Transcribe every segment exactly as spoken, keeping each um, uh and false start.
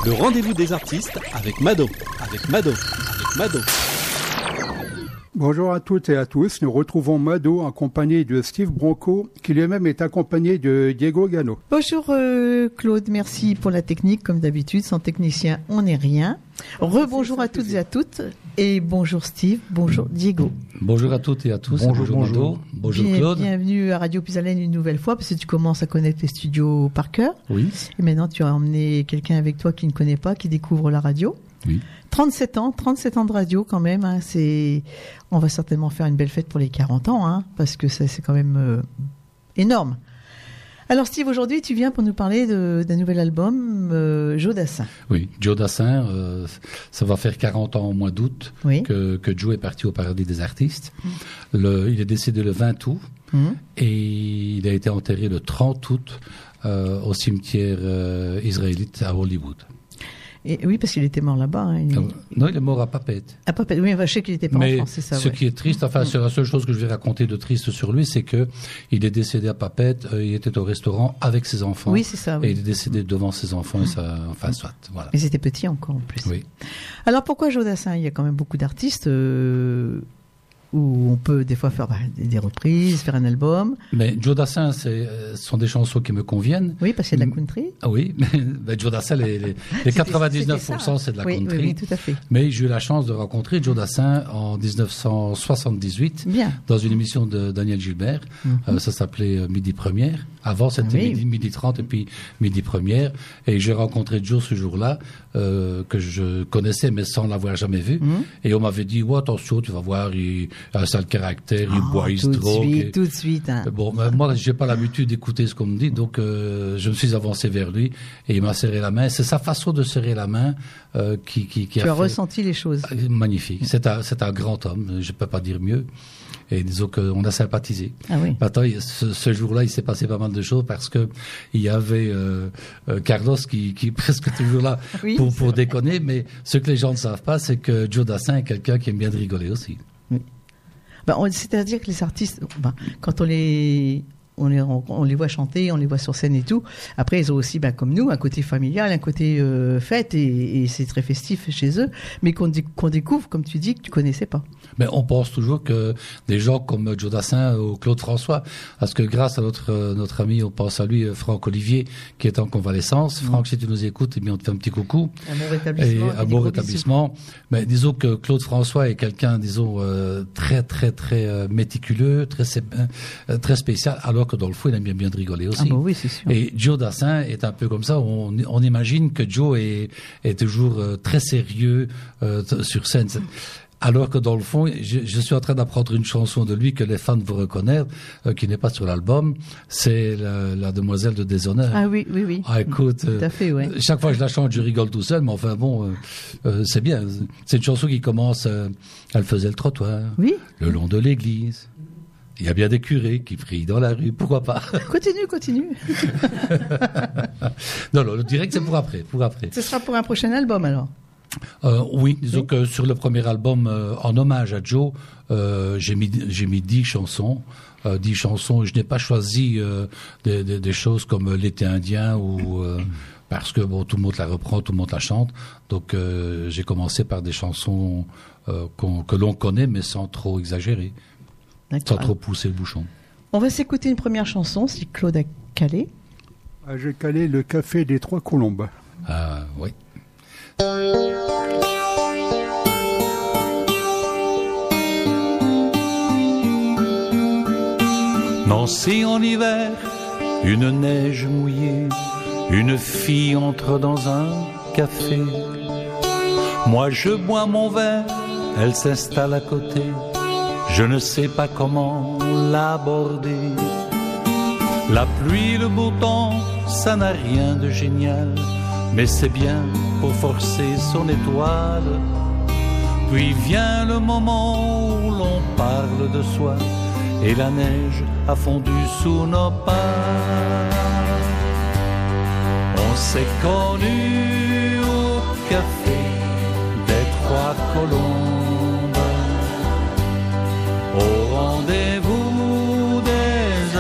Le rendez-vous des artistes avec Mado, avec Mado, avec Mado. Bonjour à toutes et à tous, nous retrouvons Mado en compagnie de Steve Bronco, qui lui-même est accompagné de Diego Gano. Bonjour euh, Claude, merci pour la technique, comme d'habitude, sans technicien on n'est rien. Rebonjour à toutes et à toutes, et bonjour Steve, bonjour Diego. Bonjour à toutes et à tous, bonjour, bonjour bonjour. Mado, bonjour Bien, Claude. Bienvenue à Radio Puisalène une nouvelle fois, parce que tu commences à connaître les studios par cœur. Oui. Et maintenant tu as emmené quelqu'un avec toi qui ne connaît pas, qui découvre la radio. Oui. trente-sept ans, trente-sept ans de radio quand même, hein, c'est... on va certainement faire une belle fête pour les quarante ans, hein, parce que ça, c'est quand même euh, énorme. Alors Steve, aujourd'hui tu viens pour nous parler de, d'un nouvel album, euh, Joe Dassin. Oui, Joe Dassin, euh, ça va faire quarante ans au mois d'août Oui. que, que Joe est parti au Paradis des artistes. Le, il est décédé le vingt août Mmh. et il a été enterré le trente août euh, au cimetière euh, israélite à Hollywood. Et, oui, parce qu'il était mort là-bas. Hein, il... Ah, non, il est mort à Papette. Ah, pas... Oui, je sais qu'il était pas Mais en France, c'est ça. ce ouais. qui est triste, enfin, Mm. c'est la seule chose que je vais raconter de triste sur lui, c'est que il est décédé à Papette, euh, il était au restaurant avec ses enfants. Oui, c'est ça. Et Oui. il est décédé devant ses enfants, et ça, enfin, soit, voilà. Ils étaient petits encore en plus. Oui. Alors pourquoi Joe Dassin ? Il y a quand même beaucoup d'artistes euh, où on peut des fois faire bah, des, des reprises, faire un album. Mais Joe Dassin, c'est, euh, ce sont des chansons qui me conviennent. Oui, parce qu'il y a de la Mm. country. Ah oui, mais ben, Joe Dassin, les, les, les C'était- quatre-vingt-dix-neuf pour cent c'était ça. c'est de la oui, country. Oui, oui, tout à fait. Mais j'ai eu la chance de rencontrer Joe Dassin en dix-neuf cent soixante-dix-huit Bien. dans une émission de Daniel Gilbert. Mhm. Euh, ça s'appelait euh, Midi Première. Avant, c'était Oui. midi, midi trente et puis Midi Première. Et j'ai rencontré Joe ce jour-là, euh, que je connaissais mais sans l'avoir jamais vu. Mhm. Et on m'avait dit, ouais, attention, tu vas voir, il a un sale caractère, il Ah, boit, il se tout de drogue. suite, et- tout de suite. Hein. Bon, ben, moi, j'ai pas l'habitude d'écouter ce qu'on me dit, donc euh, je me suis avancé vers lui et il m'a serré la main. C'est sa façon de serrer la main euh, qui, qui, qui Tu a as fait... ressenti les choses. Euh, Magnifique. C'est un, c'est un grand homme, je peux pas dire mieux. Et disons qu'on a sympathisé. Ah oui. Maintenant, il- ce, ce jour-là, il s'est passé pas mal de choses parce que il y avait euh, euh, Carlos qui, qui est presque toujours là Oui, pour, c'est pour vrai. déconner, mais ce que les gens ne savent pas, c'est que Joe Dassin est quelqu'un qui aime bien de rigoler aussi. Ben, on- c'est-à-dire que les artistes, ben, quand on les, on les, on, on les voit chanter, on les voit sur scène et tout, après ils ont aussi, ben, comme nous, un côté familial, un côté euh, fête, et, et c'est très festif chez eux, mais qu'on, dé- qu'on découvre, comme tu dis, que tu connaissais pas. Mais on pense toujours que des gens comme Joe Dassin ou Claude François, parce que grâce à notre euh, notre ami, on pense à lui, euh, Franck Olivier, qui est en convalescence. Mmh. Franck, si tu nous écoutes, eh bien, on te fait un petit coucou. Un bon Et rétablissement. un bon rétablissement. Mais disons que Claude François est quelqu'un, disons, euh, très, très, très euh, méticuleux, très, sé- euh, très spécial, alors que dans le fond, il aime bien, bien de rigoler aussi. Ah bah oui, c'est sûr. Et Joe Dassin est un peu comme ça. On, on imagine que Joe est, est toujours euh, très sérieux euh, t- sur scène. C'est- Alors que dans le fond, je, je suis en train d'apprendre une chanson de lui que les fans vont reconnaître, euh, qui n'est pas sur l'album. C'est la, la Demoiselle de Déshonneur. Ah oui, oui, oui. Ah, écoute, Tout à fait, ouais. euh, chaque fois que je la chante, je rigole tout seul, mais enfin bon, euh, euh, c'est bien. C'est une chanson qui commence, euh, elle faisait le trottoir, Oui, le long de l'église. Il y a bien des curés qui prient dans la rue, pourquoi pas? continue, continue. Non, non, le direct, c'est pour après, pour après. Ce sera pour un prochain album alors. Euh, oui, disons Oui. que sur le premier album, euh, en hommage à Joe, euh, j'ai mis j'ai mis dix chansons, euh, dix chansons. Je n'ai pas choisi euh, des, des, des choses comme l'été indien ou euh, parce que bon, tout le monde la reprend, tout le monde la chante. Donc euh, j'ai commencé par des chansons euh, qu'on, que l'on connaît, mais sans trop exagérer, sans D'accord. trop pousser le bouchon. On va s'écouter une première chanson, si Claude a calé. Ah, j'ai calé le café des Trois Colombes. Ah oui. Nancy en hiver, une neige mouillée, une fille entre dans un café. Moi je bois mon verre, elle s'installe à côté, je ne sais pas comment l'aborder. La pluie, le beau temps, ça n'a rien de génial, mais c'est bien pour forcer son étoile. Puis vient le moment où l'on parle de soi, et la neige a fondu sous nos pas. On s'est connus au café des Trois Colombes, au rendez-vous des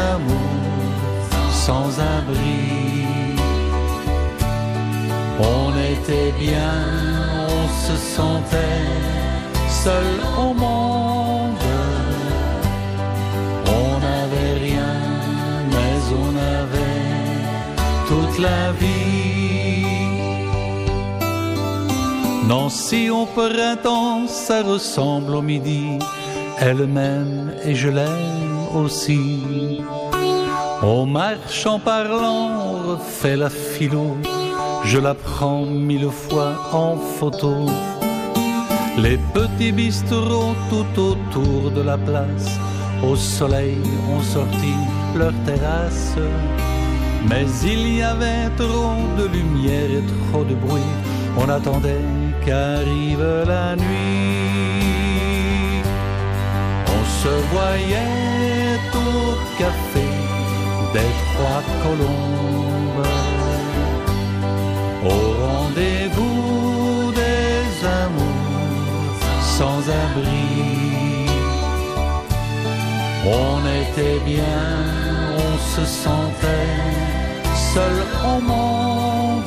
amours sans abri. On était bien, on se sentait seul au monde. On n'avait rien, mais on avait toute la vie. Nancy au printemps, ça ressemble au midi. Elle m'aime et je l'aime aussi. On marche en parlant, on refait la philo. Je la prends mille fois en photo. Les petits bistrots tout autour de la place, au soleil ont sorti leur terrasse. Mais il y avait trop de lumière et trop de bruit. On attendait qu'arrive la nuit. On se voyait au café des Trois Colombes, au rendez-vous des amours sans abri. On était bien, on se sentait seul au monde.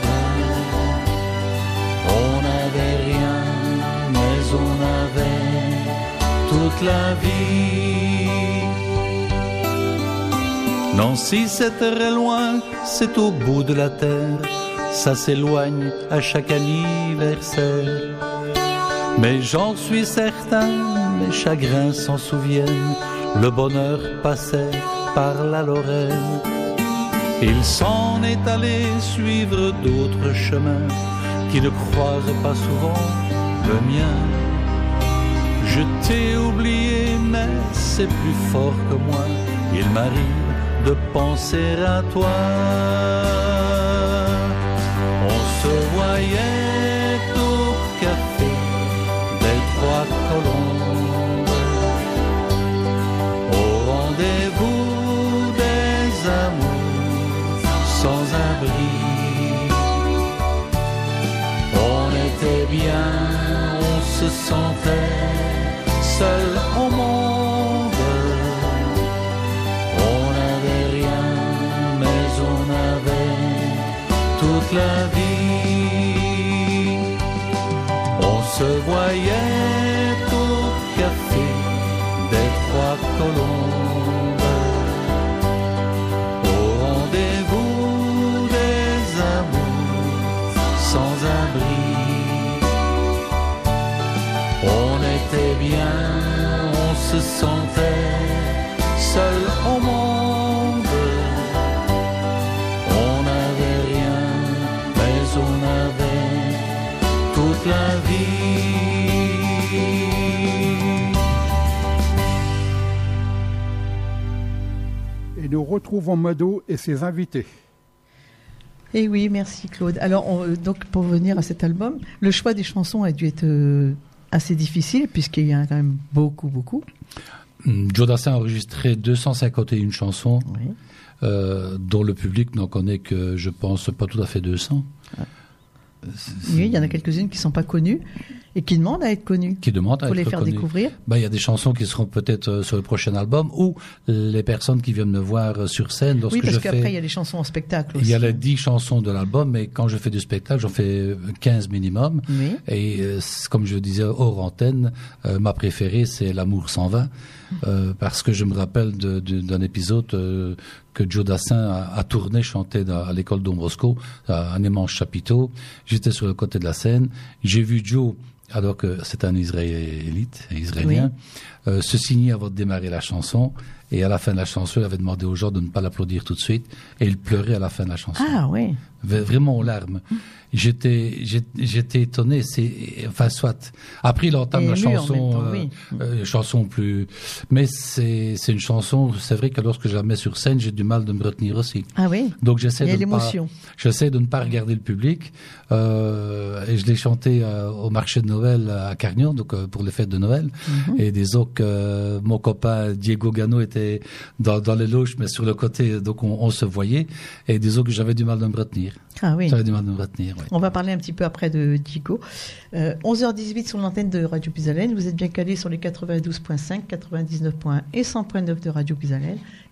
On n'avait rien, mais on avait toute la vie. Nancy, c'est très loin, c'est au bout de la terre. Ça s'éloigne à chaque anniversaire. Mais j'en suis certain, mes chagrins s'en souviennent. Le bonheur passait par la Lorraine. Il s'en est allé suivre d'autres chemins qui ne croisent pas souvent le mien. Je t'ai oublié, mais c'est plus fort que moi. Il m'arrive de penser à toi. On se voyait au café des Trois Colombes, au rendez-vous des amours sans abri. On était bien, on se sentait seul au monde. On n'avait rien, mais on avait toute la vie. On se voyait au café des Trois Colombes, au rendez-vous des amours sans abri. On était bien, on se sentait seul au monde. On n'avait rien, mais on avait toute la vie. Et nous retrouvons Mado et ses invités. Eh oui, merci Claude. Alors, on, donc pour venir à cet album, le choix des chansons a dû être euh, assez difficile puisqu'il y en a quand même beaucoup, beaucoup. Joe Dassin a enregistré deux cent cinquante et une chansons, Oui. euh, dont le public n'en connaît que, je pense, pas tout à fait deux cents. Ah. Oui, il y en a quelques-unes qui ne sont pas connues et qui demandent à être connues. Qui demandent à Pour être les faire reconnues. découvrir. Ben, il y a des chansons qui seront peut-être euh, sur le prochain album, ou les personnes qui viennent me voir euh, sur scène lorsque Oui, parce je qu'après, fais... il y a les chansons en spectacle aussi. Il y a les dix chansons de l'album, mais quand je fais du spectacle, j'en fais quinze minimum. Oui. Et euh, comme je disais hors antenne, euh, ma préférée, c'est L'amour s'en va, euh, parce que je me rappelle de, de, d'un épisode euh, que Joe Dassin a, a tourné, chanté dans, à l'école Don Bosco, à un immense chapiteau. J'étais sur le côté de la scène. J'ai vu Joe, alors que c'est un Israélite, israélien, oui. euh, se signer avant de démarrer la chanson. Et à la fin de la chanson, il avait demandé aux gens de ne pas l'applaudir tout de suite. Et il pleurait à la fin de la chanson. Ah oui. Vraiment aux larmes. J'étais, j'étais étonné. C'est, enfin, soit. Après, il entame Et la ému chanson, en même temps, euh, oui. euh, chanson plus. Mais c'est, c'est une chanson. C'est vrai que lorsque je la mets sur scène, j'ai du mal de me retenir aussi. Ah oui. Donc j'essaie Il y a de ne pas. l'émotion. J'essaie de ne pas regarder le public. Euh, et je l'ai chanté euh, au marché de Noël à Carnion, donc euh, pour les fêtes de Noël. Mm-hmm. Et des autres, euh, mon copain Diego Gano était dans, dans les loges, mais sur le côté, donc on, on se voyait. Et des autres que j'avais du mal de me retenir. Ah oui. J'avais du mal de me retenir. Ouais. On va parler un petit peu après de Diego. Euh, onze heures dix-huit sur l'antenne de Radio Puisalène. Vous êtes bien calés sur les quatre-vingt-douze virgule cinq, quatre-vingt-dix-neuf virgule un et cent virgule neuf de Radio Puisalène.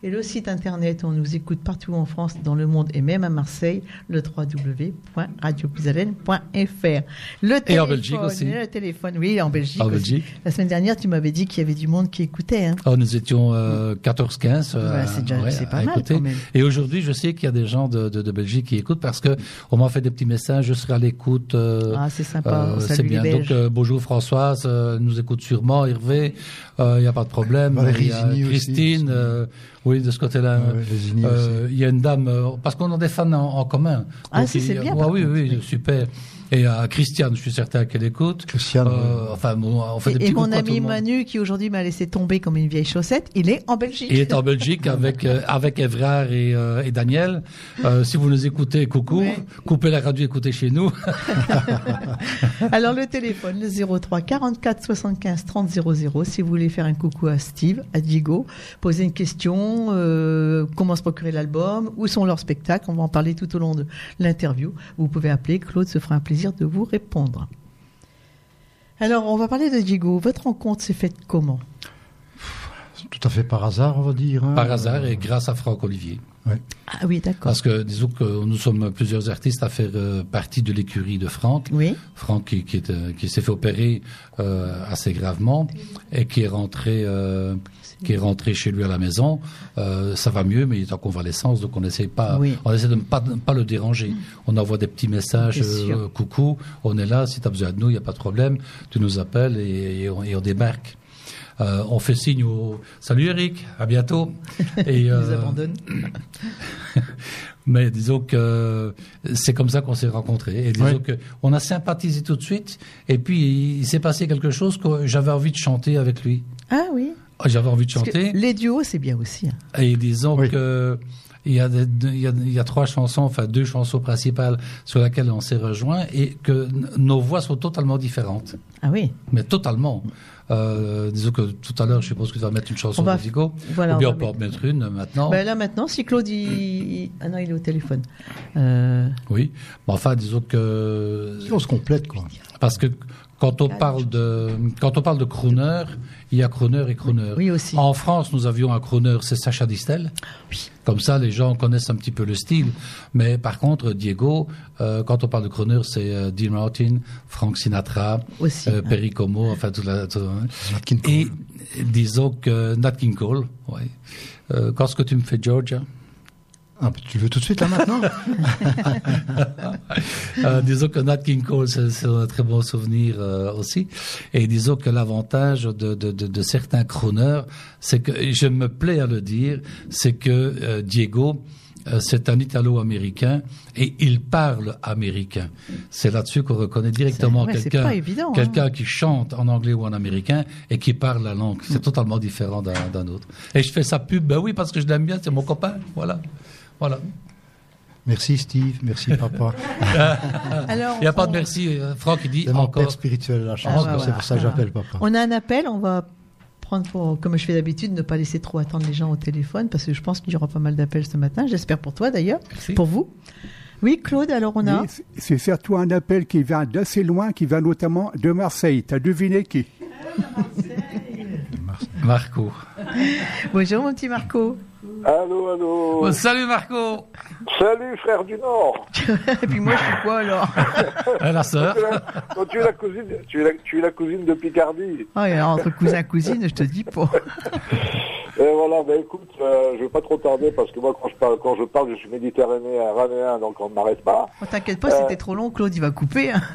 Et le site internet, on nous écoute partout en France, dans le monde et même à Marseille, le w w w point radio plus point f r. Le et en Belgique aussi. Le téléphone, oui, en Belgique en aussi. Belgique. La semaine dernière, tu m'avais dit qu'il y avait du monde qui écoutait. Hein. Oh, nous étions euh, quatorze quinze. Euh, ouais, c'est déjà ouais, c'est pas à mal écouter. quand même. Et aujourd'hui, je sais qu'il y a des gens de, de, de Belgique qui écoutent parce que on m'a fait des petits messages, je serai à l'écoute. Euh, ah, c'est sympa. Euh, c'est bien. Donc, euh, bonjour Françoise, euh, nous écoute sûrement. Hervé, il euh, n'y a pas de problème. Valérie il y a Zini Christine, aussi, euh, oui, de ce côté-là. Ouais, ouais, euh, il y a une dame, euh, parce qu'on a des fans en, en commun. Ah, donc, si, c'est il, bien. Ouais, oui, oui, oui, super. Et à Christiane, je suis certain qu'elle écoute. Christiane. Euh, enfin, bon, on fait et, des petits et mon coups à tout ami le monde. Manu, qui aujourd'hui m'a laissé tomber comme une vieille chaussette, il est en Belgique. Il est en Belgique avec euh, avec Evrard et, euh, et Daniel. Euh, si vous nous écoutez, coucou. Ouais. Coupez la radio, écoutez chez nous. Alors le téléphone, le zéro trois quarante-quatre soixante-quinze trente zéro zéro. Si vous voulez faire un coucou à Steve, à Diego, poser une question, euh, comment se procurer l'album, où sont leurs spectacles, on va en parler tout au long de l'interview. Vous pouvez appeler, Claude se fera un plaisir de vous répondre. Alors, on va parler de Diego. Votre rencontre s'est faite comment ? Tout à fait par hasard, on va dire. Hein. Par hasard et grâce à Franck Olivier. Ouais. Ah oui, d'accord. Parce que disons que nous sommes plusieurs artistes à faire euh, partie de l'écurie de Franck. Oui. Franck qui, qui, est, euh, qui s'est fait opérer euh, assez gravement et qui est rentré euh, qui est rentré chez lui à la maison. Euh, ça va mieux, mais il est en convalescence, donc on essaie pas, Oui. on essaie de ne pas, de ne pas le déranger. On envoie des petits messages, euh, coucou, on est là, si tu as besoin de nous, il n'y a pas de problème, tu nous appelles et, et, on, et on débarque. Euh, on fait signe au salut Eric, à bientôt. Et Ils euh, abandonnent. Mais disons que c'est comme ça qu'on s'est rencontrés. Et disons Oui. que on a sympathisé tout de suite. Et puis il s'est passé quelque chose que j'avais envie de chanter avec lui. Ah oui. J'avais envie de Parce que chanter. les duos, c'est bien aussi. Hein. Et disons Oui. que il y a des- il y a, il y a trois chansons, enfin deux chansons principales sur lesquelles on s'est rejoints et que n- nos voix sont totalement différentes. Ah oui. Mais totalement. Euh, disons que tout à l'heure, je suppose que tu vas mettre une chanson On va- de Diego. voilà, Ou bien on on va peut en mettre une maintenant. Ben là maintenant, si Claude, il... il- ah non, il est au téléphone. Euh... Oui. Mais enfin, disons que On se complète, quoi. parce que quand on parle de quand on parle de crooner, il y a crooner et crooner. Oui aussi. En France, nous avions un crooner, c'est Sacha Distel. Oui. Comme ça, les gens connaissent un petit peu le style. Mais par contre, Diego, euh, quand on parle de crooner, c'est euh, Dean Martin, Frank Sinatra, Aussi. euh, Perry Como, enfin tout la. tout- Nat King Cole. et disons que Nat King Cole, ouais. Euh, quand ce que tu me fais, Georgia. Ah, tu le veux tout de suite, là, maintenant? Euh, disons que Nat King Cole, c'est, c'est un très bon souvenir euh, aussi. Et disons que l'avantage de, de, de, de certains crooners, c'est que, et je me plais à le dire, c'est que euh, Diego, euh, c'est un Italo-américain et il parle américain. C'est là-dessus qu'on reconnaît directement C'est- ouais, c'est quelqu'un, pas évident, hein. quelqu'un qui chante en anglais ou en américain et qui parle la langue. C'est totalement différent d'un, d'un autre. Et je fais sa pub, ben oui, parce que je l'aime bien, c'est mon copain. Voilà. Voilà. Merci, Steve. Merci, papa. Alors, Il n'y a pas de on- merci. euh, Franck, il dit C'est mon encore. père spirituel de la Ah, chanson. ouais, c'est voilà. pour ça que j'appelle papa. On a un appel, on va prendre pour, comme je fais d'habitude, ne pas laisser trop attendre les gens au téléphone, parce que je pense qu'il y aura pas mal d'appels ce matin. J'espère pour toi d'ailleurs, Merci. pour vous. Oui, Claude, alors on a... Oui, c'est- c'est surtout un appel qui vient d'assez loin, qui vient notamment de Marseille. T'as deviné qui? Marco. Bonjour mon petit Marco. Allô, allô. Oh, salut Marco. Salut, frère du Nord. Et puis moi, je suis quoi alors? Eh, la sœur. Tu es la, toi, tu es la cousine, tu es la, tu es la cousine de Picardie. Ah, et alors, entre cousin et cousine, je te dis pas. Et voilà, ben écoute, euh, je vais pas trop tarder parce que moi, quand je parle, quand je parle, je suis méditerranéen, ranéen, donc on ne m'arrête pas. Oh, t'inquiète pas, c'était trop long, Claude, il va couper. Hein.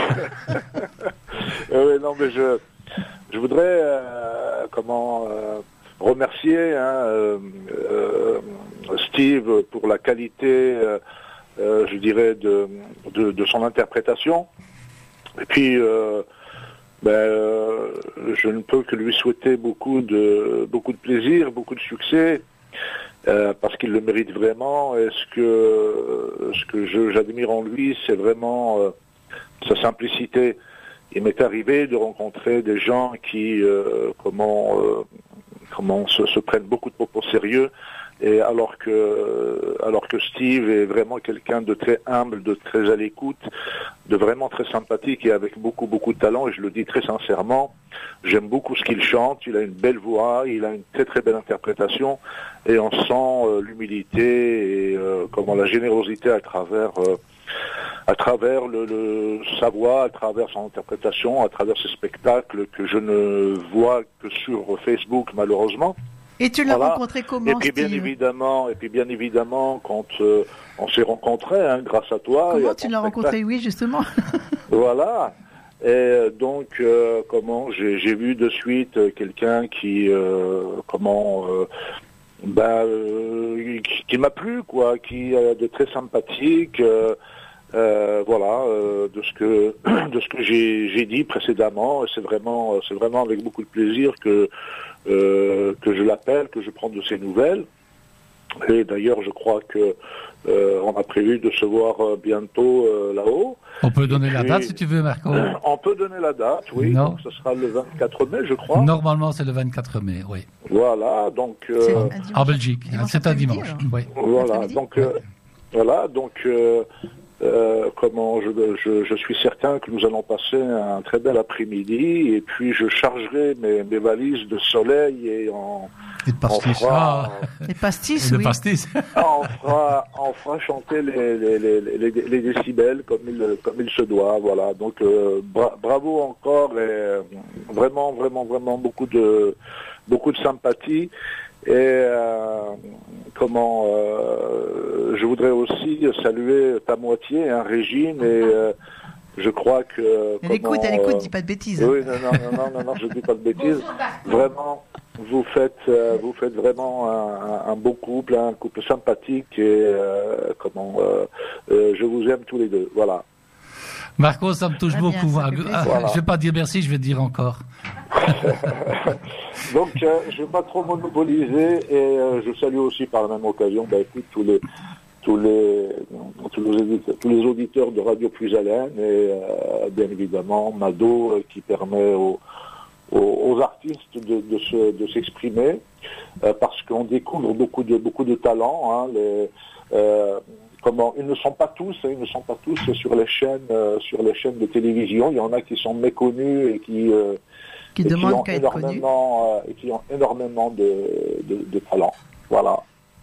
Euh, ouais, non, mais je, je voudrais, euh, comment, euh, remercier hein, euh, euh, Steve pour la qualité, euh, euh, je dirais, de, de, de son interprétation. Et puis, euh, ben, euh, je ne peux que lui souhaiter beaucoup de, beaucoup de plaisir, beaucoup de succès, euh, parce qu'il le mérite vraiment. Et ce que, ce que je, j'admire en lui, c'est vraiment euh, sa simplicité. Il m'est arrivé de rencontrer des gens qui, euh, comment, euh, comment se, se prennent beaucoup trop au sérieux, Et alors que, alors que Steve est vraiment quelqu'un de très humble, de très à l'écoute, de vraiment très sympathique et avec beaucoup, beaucoup de talent. Et je le dis très sincèrement, j'aime beaucoup ce qu'il chante. Il a une belle voix, il a une très, très belle interprétation. Et on sent euh, l'humilité et euh, comment la générosité à travers, euh, à travers le, le, sa voix, à travers son interprétation, à travers ses spectacles que je ne vois que sur Facebook, malheureusement. Et tu l'as Voilà. rencontré comment, Et puis bien Steve évidemment, et puis bien évidemment, quand euh, on s'est rencontrés, hein, grâce à toi. et Comment à tu ton l'as spectacle. rencontré, oui, justement. Voilà. Et euh, donc, euh, comment j'ai, j'ai vu de suite euh, quelqu'un qui, euh, comment, euh, bah, euh, qui, qui m'a plu, quoi, qui est de très sympathique. Euh, euh, voilà, euh, de ce que de ce que j'ai, j'ai dit précédemment. Et c'est vraiment, c'est vraiment avec beaucoup de plaisir que euh, que je l'appelle, que je prends de ses nouvelles. Et d'ailleurs, je crois que euh, on a prévu de se voir euh, bientôt euh, là-haut. On peut donner Et la puis, date si tu veux, Marco. On peut donner la date, oui. Non. Donc, ce sera le vingt-quatre mai, je crois. Normalement, c'est le vingt-quatre mai, oui. Voilà, donc euh, C'est En, un dimanche. en Belgique. Dimanche C'est un après-midi, dimanche. alors. Oui. voilà, Après-midi. donc euh, voilà, donc euh, euh, comment je, je, je suis certain que nous allons passer un très bel après-midi et puis je chargerai mes, mes valises de soleil et on, Et de on pastis. fera, Les pastis, Le oui. pastis. on fera, on fera chanter les, les, les, les, les décibels comme il, comme il se doit, voilà. Donc euh, bra- bravo encore et euh, vraiment, vraiment, vraiment beaucoup de, beaucoup de sympathie. Et euh, comment euh, je voudrais aussi saluer ta moitié, hein, Régine, et euh, je crois que Elle écoute, elle écoute, dis pas de bêtises. oui, non, non, non, non, non, non, je dis pas de bêtises. Vraiment, vous faites, euh, vous faites vraiment un, un beau couple, un couple sympathique et euh, comment euh, euh, je vous aime tous les deux. Voilà. Marco, ça me touche Très bien, beaucoup. ça fait plaisir. Ah, Voilà. Je vais pas dire merci, je vais te dire encore. Donc, euh, je vais pas trop monopoliser et euh, je salue aussi par la même occasion, bah, écoute, tous les tous les tous les auditeurs, tous les auditeurs de Radio Plus Haleine et euh, bien évidemment Mado euh, qui permet aux, aux, aux artistes de, de, se, de s'exprimer euh, parce qu'on découvre beaucoup de beaucoup de talents. Hein, les, euh, comment ils ne sont pas tous, hein, ils ne sont pas tous sur les chaînes euh, sur les chaînes de télévision. Il y en a qui sont méconnus et qui euh, Qui et qui demande ont qu'à être connu. énormément euh, et qui ont énormément de, de, de talent. Voilà.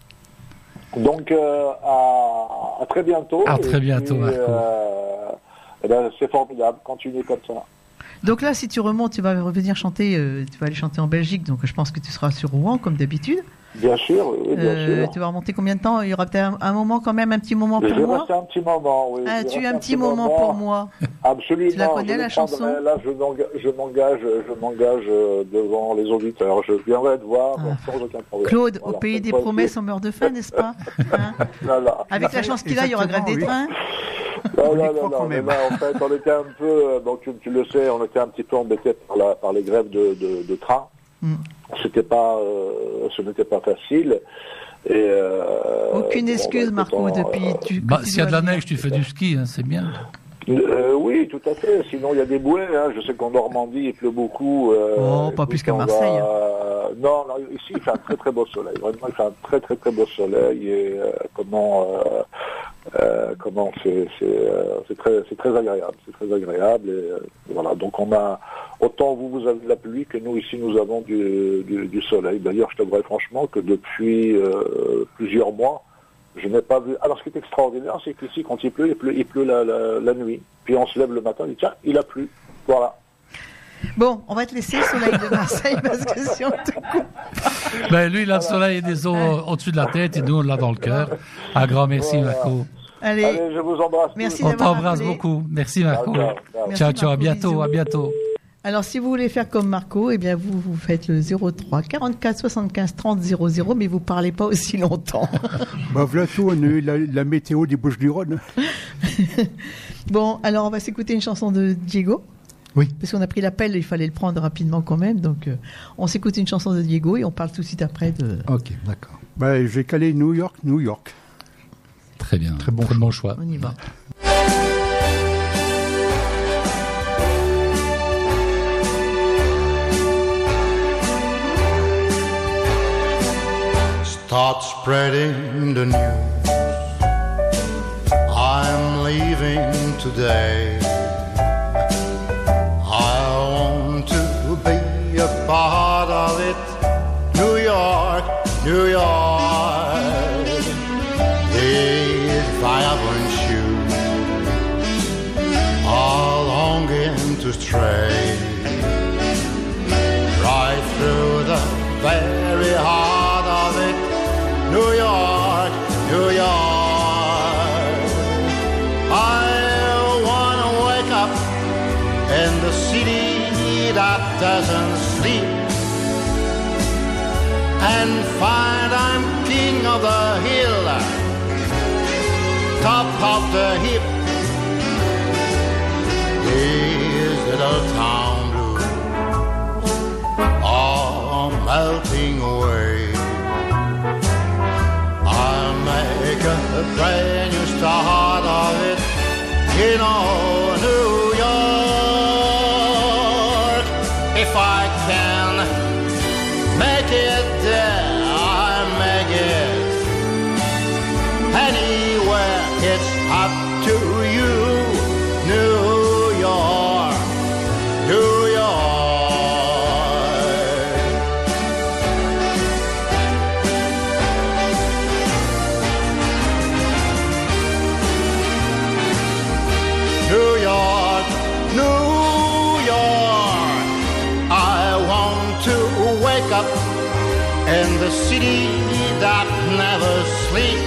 Donc euh, à, à très bientôt. À très Et bientôt, puis, Marco. euh, eh ben, c'est formidable. Continuez comme ça. Donc là, si tu remontes, tu vas revenir chanter, euh, tu vas aller chanter en Belgique, donc je pense que tu seras sur Rouen, comme d'habitude. Bien sûr, oui, bien Euh, sûr. tu vas remonter combien de temps? Il y aura peut-être un, un moment quand même, un petit moment Je pour vais moi. rester un petit moment, oui. Ah, Je vais tu as rester un petit moment pour moi. Absolument. Tu la connais, je la le chanson prendrai. Là, je m'engage, je m'engage, je m'engage euh, devant les auditeurs. Je viendrai te voir Ah. sans aucun problème. Claude, Voilà. au pays Cette des fois-ci. promesses, on meurt de faim, n'est-ce pas Hein? Voilà. Avec la chance qu'il a, il y aura grève des Exactement, trains. Non, On y non, croit non, quand non, même. mais là, en fait, on était un peu, euh, donc tu, tu le sais, on était un petit peu embêtés par, la, par les grèves de, de, de train. Mm. C'était pas, euh, ce n'était pas facile. Et, euh, Aucune bon, excuse, bah, Marco, écoute, on, depuis. euh, Tu, que Bah, tu s'il y a de dois la venir. neige, tu fais du ski, hein, c'est bien. Euh, oui, tout à fait. Sinon, il y a des bouées. Hein. Je sais qu'en Normandie, il pleut beaucoup. Euh, Oh, pas écoute, plus qu'à on va- Marseille. Non, non, ici, il fait un très très beau soleil. Vraiment, il fait un très très très beau soleil. Et euh, comment, euh, euh, comment, c'est c'est euh, c'est très c'est très agréable. C'est très agréable. Et euh, voilà. Donc on a autant vous vous avez de la pluie que nous ici nous avons du du, du soleil. D'ailleurs, je t'avouerai franchement que depuis euh, plusieurs mois. Je n'ai pas vu. Alors, ce qui est extraordinaire, c'est qu'ici, quand il pleut, il pleut, il pleut la, la, la nuit. Puis on se lève le matin, on dit tiens, il a plu. Voilà. Bon, on va te laisser, soleil de Marseille, parce que si on te coupe. Ben, lui, il a le soleil et des eaux au-dessus de la tête et nous, on l'a dans le cœur. Un grand merci, Voilà. Marco. Allez, Allez, je vous embrasse. Merci tous. On d'avoir t'embrasse appelé. beaucoup. Merci, Marco. Ciao, ciao, ciao. Merci, Ciao, ciao, à Marco, bientôt, bisous. à bientôt. alors si vous voulez faire comme Marco, eh bien vous, vous faites le zéro trois quarante-quatre soixante-quinze trente zéro zéro, mais vous parlez pas aussi longtemps. Bah voilà tout, on a eu la, la météo des Bouches-du-Rhône. Bon, alors on va s'écouter une chanson de Diego. Oui. Parce qu'on a pris l'appel, il fallait le prendre rapidement quand même. Donc euh, on s'écoute une chanson de Diego et on parle tout de suite après de... Ok, d'accord. Bah, j'ai calé New York, New York. Très bien. Très bon Très bon choix. On y va. Staat Start spreading the news. I'm leaving today. I want to be a part of it. New York, New York. These vibrant shoes are longing to stray right through the very heart of it. New York, New York. I wanna wake up in the city that doesn't sleep and find I'm king of the hill, top of the heap. These little town blues are melting away. I'll make a brand new start of it, you know, New York. If I can make it there, I make it anywhere. It's up to you, New York, New York. New York, New York. I want to wake up in the city that never sleeps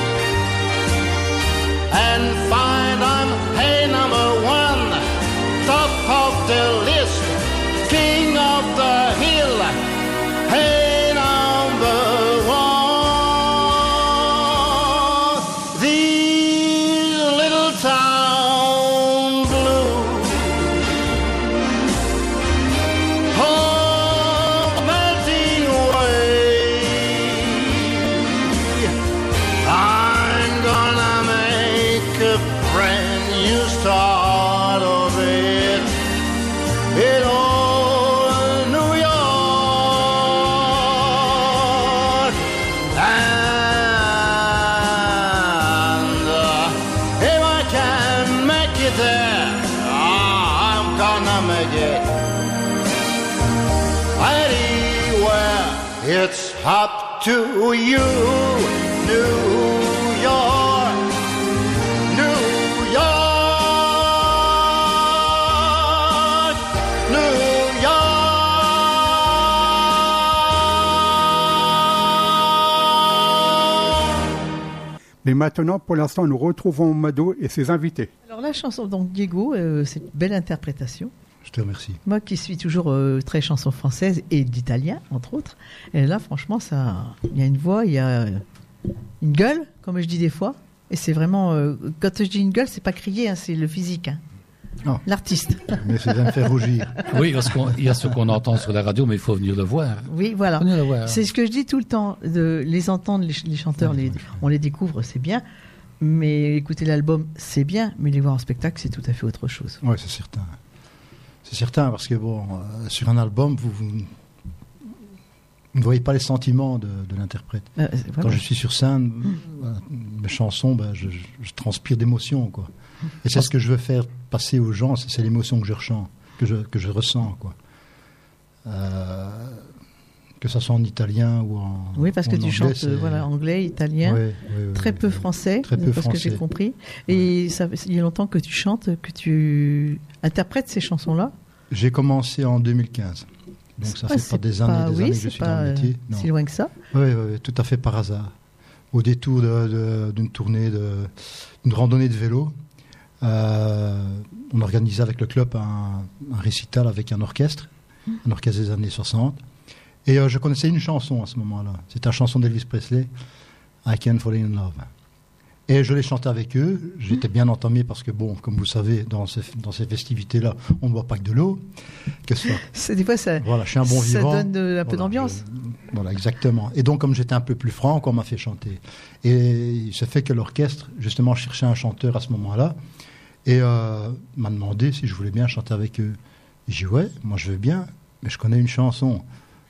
and find I'm hey number one, top of the list, king of the hill, hey number one. These little town blues, oh, melting away. I'm gonna make a brand new start of it in old New York. And uh, if I can make it there, I'm gonna make it anywhere. It's up to you, New York, New York, New York. Mais maintenant, pour l'instant, nous retrouvons Mado et ses invités. Alors la chanson, donc Diego, euh, c'est une belle interprétation. Je te remercie. Moi qui suis toujours euh, très chanson française et d'italien, entre autres, et là franchement, ça, il y a une voix, il y a une gueule, comme je dis des fois, et c'est vraiment, euh, quand je dis une gueule, c'est pas crier, hein, c'est le physique, hein. Oh. L'artiste. Mais c'est de me faire rougir. Oui, parce qu'il y a ce qu'on entend sur la radio, mais il faut venir le voir. Oui, voilà. Venir le voir. C'est ce que je dis tout le temps, de les entendre, les, les chanteurs, les, on les découvre, c'est bien, mais écouter l'album, c'est bien, mais les voir en spectacle, c'est tout à fait autre chose. Oui, c'est certain. C'est certain, parce que bon, euh, sur un album, vous, vous, vous ne voyez pas les sentiments de, de l'interprète. Euh, Quand voilà. je suis sur scène, mmh. euh, mes chansons, ben, je, je, je transpire d'émotion, quoi. Et c'est ce que je veux faire passer aux gens, c'est, c'est l'émotion que je ressens, que je, que je ressens, quoi. Euh, que ça soit en italien ou en Oui, parce que en tu anglais, chantes c'est... euh, voilà, anglais, italien, Ouais, ouais, ouais, très ouais, peu ouais. français, Très peu parce que français. j'ai compris. Et ça, il y a longtemps que tu chantes, que tu interprètes ces chansons-là. J'ai commencé en deux mille quinze. Donc ça Ah, fait c'est pas des années, pas- des oui, années que c'est je suis pas, dans le métier. euh, Non. si loin que ça. Oui, oui, oui, tout à fait par hasard. Au détour de, de, d'une tournée, de, d'une randonnée de vélo, euh, on organisait avec le club un, un récital avec un orchestre, un orchestre des années soixante. Et euh, je connaissais une chanson à ce moment-là. C'était la chanson d'Elvis Presley, I Can't Fall in Love. Et je l'ai chanté avec eux. J'étais bien entamé parce que, bon, comme vous savez, dans ces, dans ces festivités-là, on ne boit pas que de l'eau. Que ce soit. C'est, des fois, ça, Voilà, je suis un bon ça vivant. donne euh, un peu Voilà, d'ambiance. je- voilà, exactement. Et donc, comme j'étais un peu plus franc, on m'a fait chanter. Et il se fait que l'orchestre, justement, cherchait un chanteur à ce moment-là. Et euh, m'a demandé si je voulais bien chanter avec eux. Et j'ai dit, ouais, moi je veux bien, mais je connais une chanson.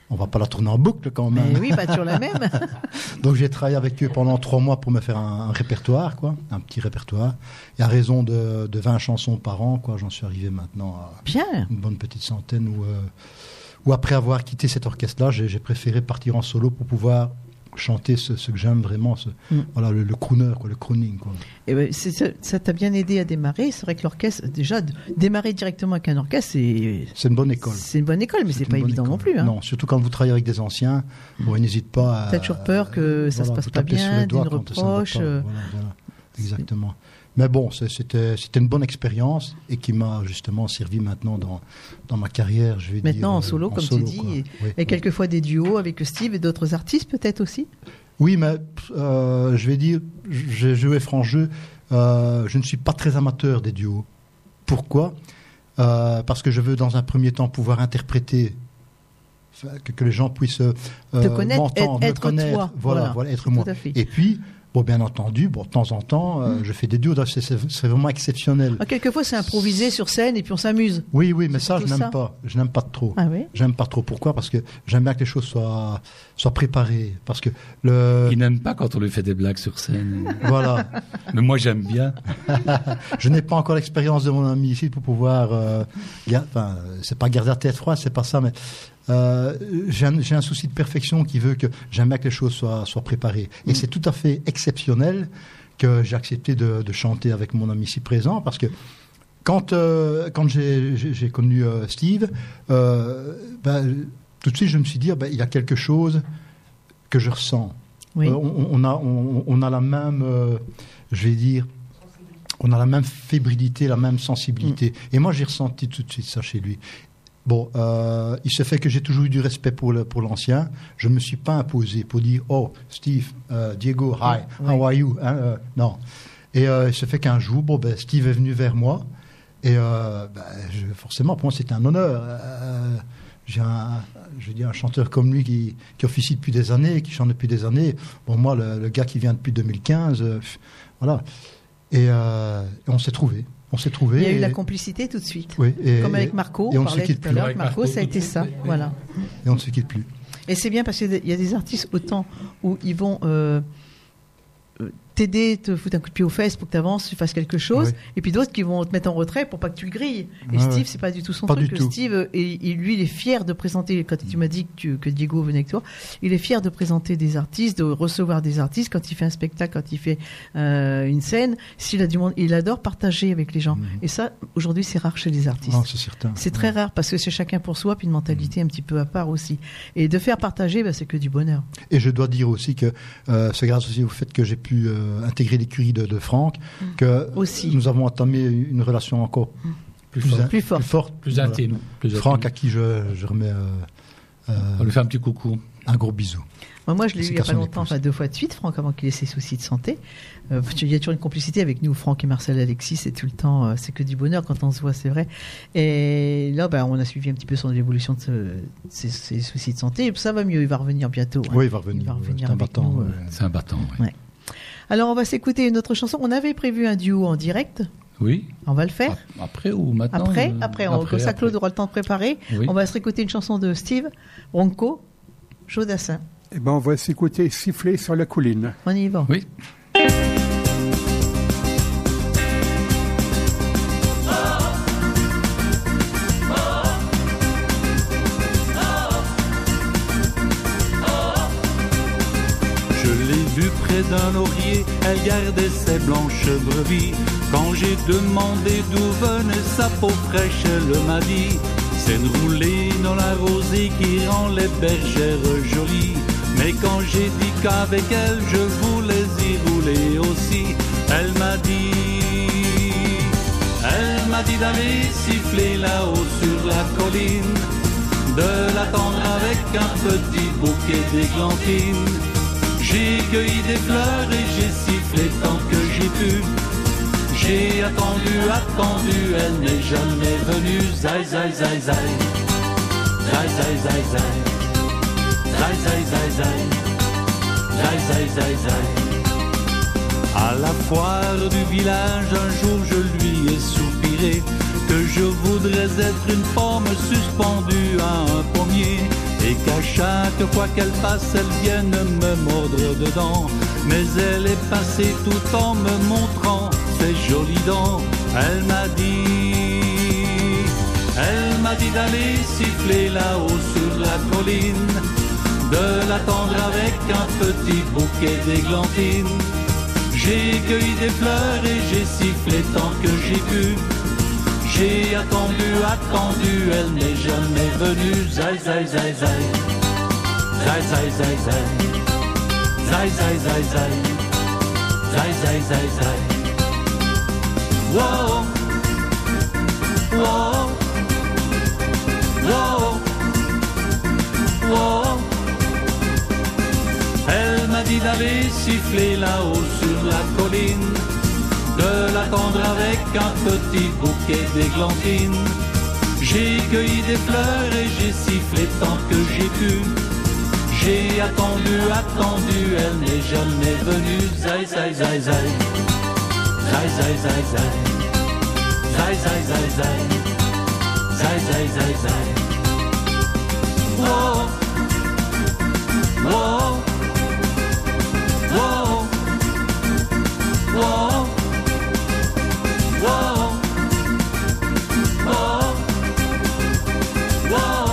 on va pas la tourner en boucle quand même. Mais oui, pas toujours la même. Donc j'ai travaillé avec eux pendant trois mois pour me faire un, un répertoire, quoi, un petit répertoire. Et à raison de, de vingt chansons par an, quoi, j'en suis arrivé maintenant à Bien. une bonne petite centaine. Où, euh, où après avoir quitté cet orchestre-là, j'ai, j'ai préféré partir en solo pour pouvoir chanter ce, ce que j'aime vraiment, ce, mm. voilà, le, le crooner, quoi, le crooning. Quoi. Et ben, c'est, ça, ça t'a bien aidé à démarrer. C'est vrai que l'orchestre, déjà, de, démarrer directement avec un orchestre, c'est... C'est une bonne école. C'est une bonne école, mais c'est, c'est pas évident école. non plus. Hein. Non, surtout quand vous travaillez avec des anciens, mm. bon, n'hésite pas à... T'as toujours peur que ça voilà, se passe pas bien, d'une reproche. Voilà, voilà. Exactement. Mais bon, c'était, c'était une bonne expérience et qui m'a justement servi maintenant dans, dans ma carrière, je vais maintenant, dire. Maintenant en solo, en comme solo, tu dis, quoi. et, oui, et oui. quelquefois des duos avec Steve et d'autres artistes peut-être aussi. Oui, mais euh, je vais dire, j'ai joué franc jeu, euh, je ne suis pas très amateur des duos. Pourquoi ? euh, Parce que je veux dans un premier temps pouvoir interpréter, que, que les gens puissent euh, te connaître, m'entendre, être, me connaître, toi. voilà, Voilà, voilà, être moi. Et puis, bon, bien entendu, bon, de temps en temps, euh, mmh. je fais des duos, c'est, c'est, c'est vraiment exceptionnel. Ah, quelquefois, c'est improvisé sur scène et puis on s'amuse. Oui, oui, mais c'est ça, je n'aime ça. pas. Je n'aime pas trop. Ah oui ? J'aime pas trop. Pourquoi ? Parce que j'aime bien que les choses soient, soient préparées. Parce que le... Il n'aime pas quand on lui fait des blagues sur scène. Voilà. Mais moi, j'aime bien. Je n'ai pas encore l'expérience de mon ami ici pour pouvoir... Euh, gar... Enfin, c'est pas garder la tête froide, c'est pas ça, mais... Euh, j'ai, un, j'ai un souci de perfection qui veut que j'aime bien que les choses soient, soient préparées. Et mmh. c'est tout à fait exceptionnel que j'ai accepté de, de chanter avec mon ami ici présent, parce que quand, euh, quand j'ai, j'ai, j'ai connu euh, Steve, euh, ben, tout de suite je me suis dit, ben, il y a quelque chose que je ressens. Oui. Euh, on, on, a, on, on a la même, euh, je vais dire, on a la même fébrilité, la même sensibilité. Mmh. Et moi j'ai ressenti tout de suite ça chez lui. Bon, euh, il se fait que j'ai toujours eu du respect pour, le, pour l'ancien. Je ne me suis pas imposé pour dire « Oh, Steve, uh, Diego, hi, oui. how are you hein, euh, ?» Non. Et euh, il se fait qu'un jour, bon, ben, Steve est venu vers moi. Et euh, ben, je, forcément, pour moi, c'était un honneur. Euh, j'ai un, je veux dire, un chanteur comme lui qui, qui officie depuis des années, qui chante depuis des années. Bon, moi, le, le gars qui vient depuis deux mille quinze, euh, voilà. Et, euh, et on s'est trouvés. On s'est trouvé. Il y a eu la complicité tout de suite. Oui, et, comme avec Marco, et on on parlait tout à l'heure. Marco, Marco, ça a été ça. Oui, voilà. Et on ne se quitte plus. Et c'est bien parce qu'il y a des artistes autant où ils vont euh, t'aider, te foutre un coup de pied aux fesses pour que tu avances, tu fasses quelque chose, oui. et puis d'autres qui vont te mettre en retrait pour pas que tu le grilles. Et ouais, Steve, c'est pas du tout son pas truc. Du tout. Steve, et, et lui, il est fier de présenter, quand tu m'as dit que, tu, que Diego venait avec toi, il est fier de présenter des artistes, de recevoir des artistes, quand il fait un spectacle, quand il fait euh, une scène, s'il a du monde, il adore partager avec les gens. Mmh. Et ça, aujourd'hui, c'est rare chez les artistes. Non, c'est certain. C'est très ouais. rare, parce que c'est chacun pour soi, puis une mentalité mmh. un petit peu à part aussi. Et de faire partager, bah, c'est que du bonheur. Et je dois dire aussi que euh, c'est grâce aussi au fait que j'ai pu euh, intégrer l'écurie de, de Franck, mmh. que aussi. Nous avons entamé une relation encore mmh. plus, plus, fort. plus, fort. plus forte, plus intime. Plus Franck à qui je, je remets euh, euh, on lui fait un petit coucou, un gros bisou. Moi, moi je l'ai eu il n'y a pas longtemps, enfin deux fois de suite, Franck, avant qu'il ait ses soucis de santé. Euh, il y a toujours une complicité avec nous, Franck et Marcel Alexis, c'est tout le temps, euh, c'est que du bonheur quand on se voit, c'est vrai. Et là, ben, on a suivi un petit peu son évolution de, ce, de ses, ses soucis de santé. Ça va mieux, il va revenir bientôt. Hein. Oui, il va revenir. Il va revenir c'est un battant. Nous, ouais. euh... C'est un battant, oui. Ouais. Alors, on va s'écouter une autre chanson. On avait prévu un duo en direct. Oui. On va le faire. Après ou maintenant Après, euh... après. On, comme ça, Claude aura le temps de préparer. Oui. On va se réécouter une chanson de Steve Bronco, Chaudassin. Eh ben, on va s'écouter Siffler sur la colline. On y va. Oui. Près d'un laurier, elle gardait ses blanches brebis. Quand j'ai demandé d'où venait sa peau fraîche, elle m'a dit: c'est une roulée dans la rosée qui rend les bergères jolies. Mais quand j'ai dit qu'avec elle je voulais y rouler aussi, elle m'a dit, elle m'a dit d'aller siffler là-haut sur la colline, de l'attendre avec un petit bouquet d'églantines. J'ai cueilli des fleurs et j'ai sifflé tant que j'ai pu. J'ai attendu, attendu, elle n'est jamais venue. Zai, zai, zai, zai. Zai, zai, zai, zai. Zai, zai, zai, zai. Zai, zai, zai, zai. À la foire du village, un jour je lui ai soupiré que je voudrais être une pomme suspendue à un pommier, et qu'à chaque fois qu'elle passe, elle vient me mordre dedans. Mais elle est passée tout en me montrant ses jolies dents. Elle m'a dit, elle m'a dit d'aller siffler là-haut sur la colline, de l'attendre avec un petit bouquet d'églantines. J'ai cueilli des fleurs et j'ai sifflé tant que j'ai pu. J'ai attendu, attendu, elle n'est jamais venue. Zai, zai, zai, zai. Zai, zai, zai, zai. Zai, zai, zai, zai. Zai, zai, zai, zai. Wow. Wow. Wow. Wow. Elle m'a dit d'aller siffler là-haut sur la colline, de l'attendre avec un petit bouquet d'églantines. J'ai cueilli des fleurs et j'ai sifflé tant que j'ai pu. J'ai attendu, attendu, elle n'est jamais venue. Zai, zai, zai, zai. Zai, zai, zai, zai. Zai, zai, zai, zai. Zai, zai, zai, zai. Wow. Wow. Wow. Wow. Wow. Wow. Wow.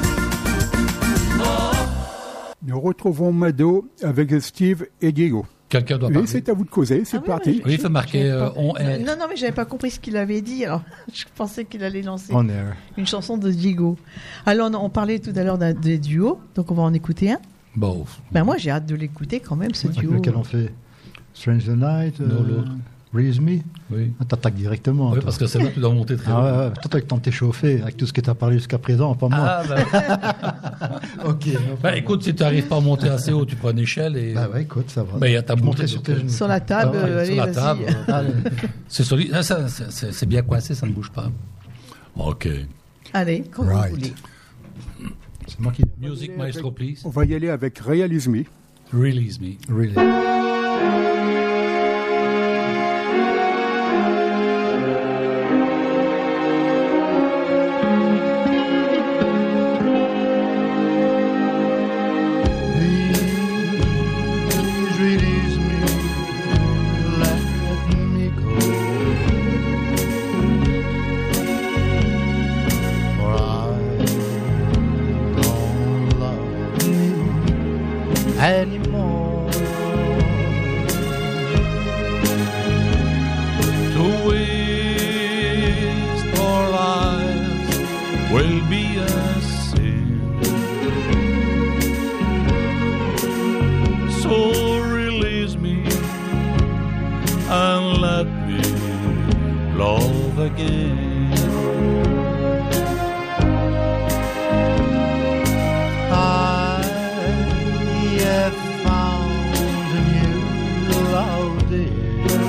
Wow. Nous retrouvons Mado avec Steve et Diego. Quelqu'un doit Oui, parler. c'est à vous de causer, c'est Ah oui, parti. oui, Oui, il faut marquer J'avais euh, pas- on air. Non, non, mais j'avais pas compris ce qu'il avait dit. Alors, je pensais qu'il allait lancer On air. une chanson de Diego. Alors, on, on parlait tout à l'heure d'un- des duos, donc on va en écouter un. Bon, Ben moi, j'ai hâte de l'écouter quand même, ce Avec duo. lequel on fait Strange the Night, Non, l'autre. Release Me. oui. Ah, t'attaques directement. Oui, toi. parce que c'est là que tu dois monter très Ah haut. ouais, ouais. Toi, t'as le temps de t'échauffer avec tout ce que tu as parlé jusqu'à présent, pas moi. Ah, bah, Ok. no bah, problem. écoute, si tu n'arrives pas à monter assez haut, tu prends une échelle et Bah ouais, écoute, ça va. Bah, il y a ta Je bouteille, monterai sur donc, tes genoux. Sur la table, Ah ouais, euh, allez, sur la vas-y. table. Allez. C'est solide. Ah, ça, c'est- c'est c'est bien coincé, ça ne bouge pas. Ok. Allez, comme Right. vous voulez. C'est moi qui. Music maestro, please. On va y aller avec Realize Me. Release me. Really. Please release me, let me go. For I don't love you anymore. To waste our lives will be a sin. So release me and let me love again. I have found a new love, dear,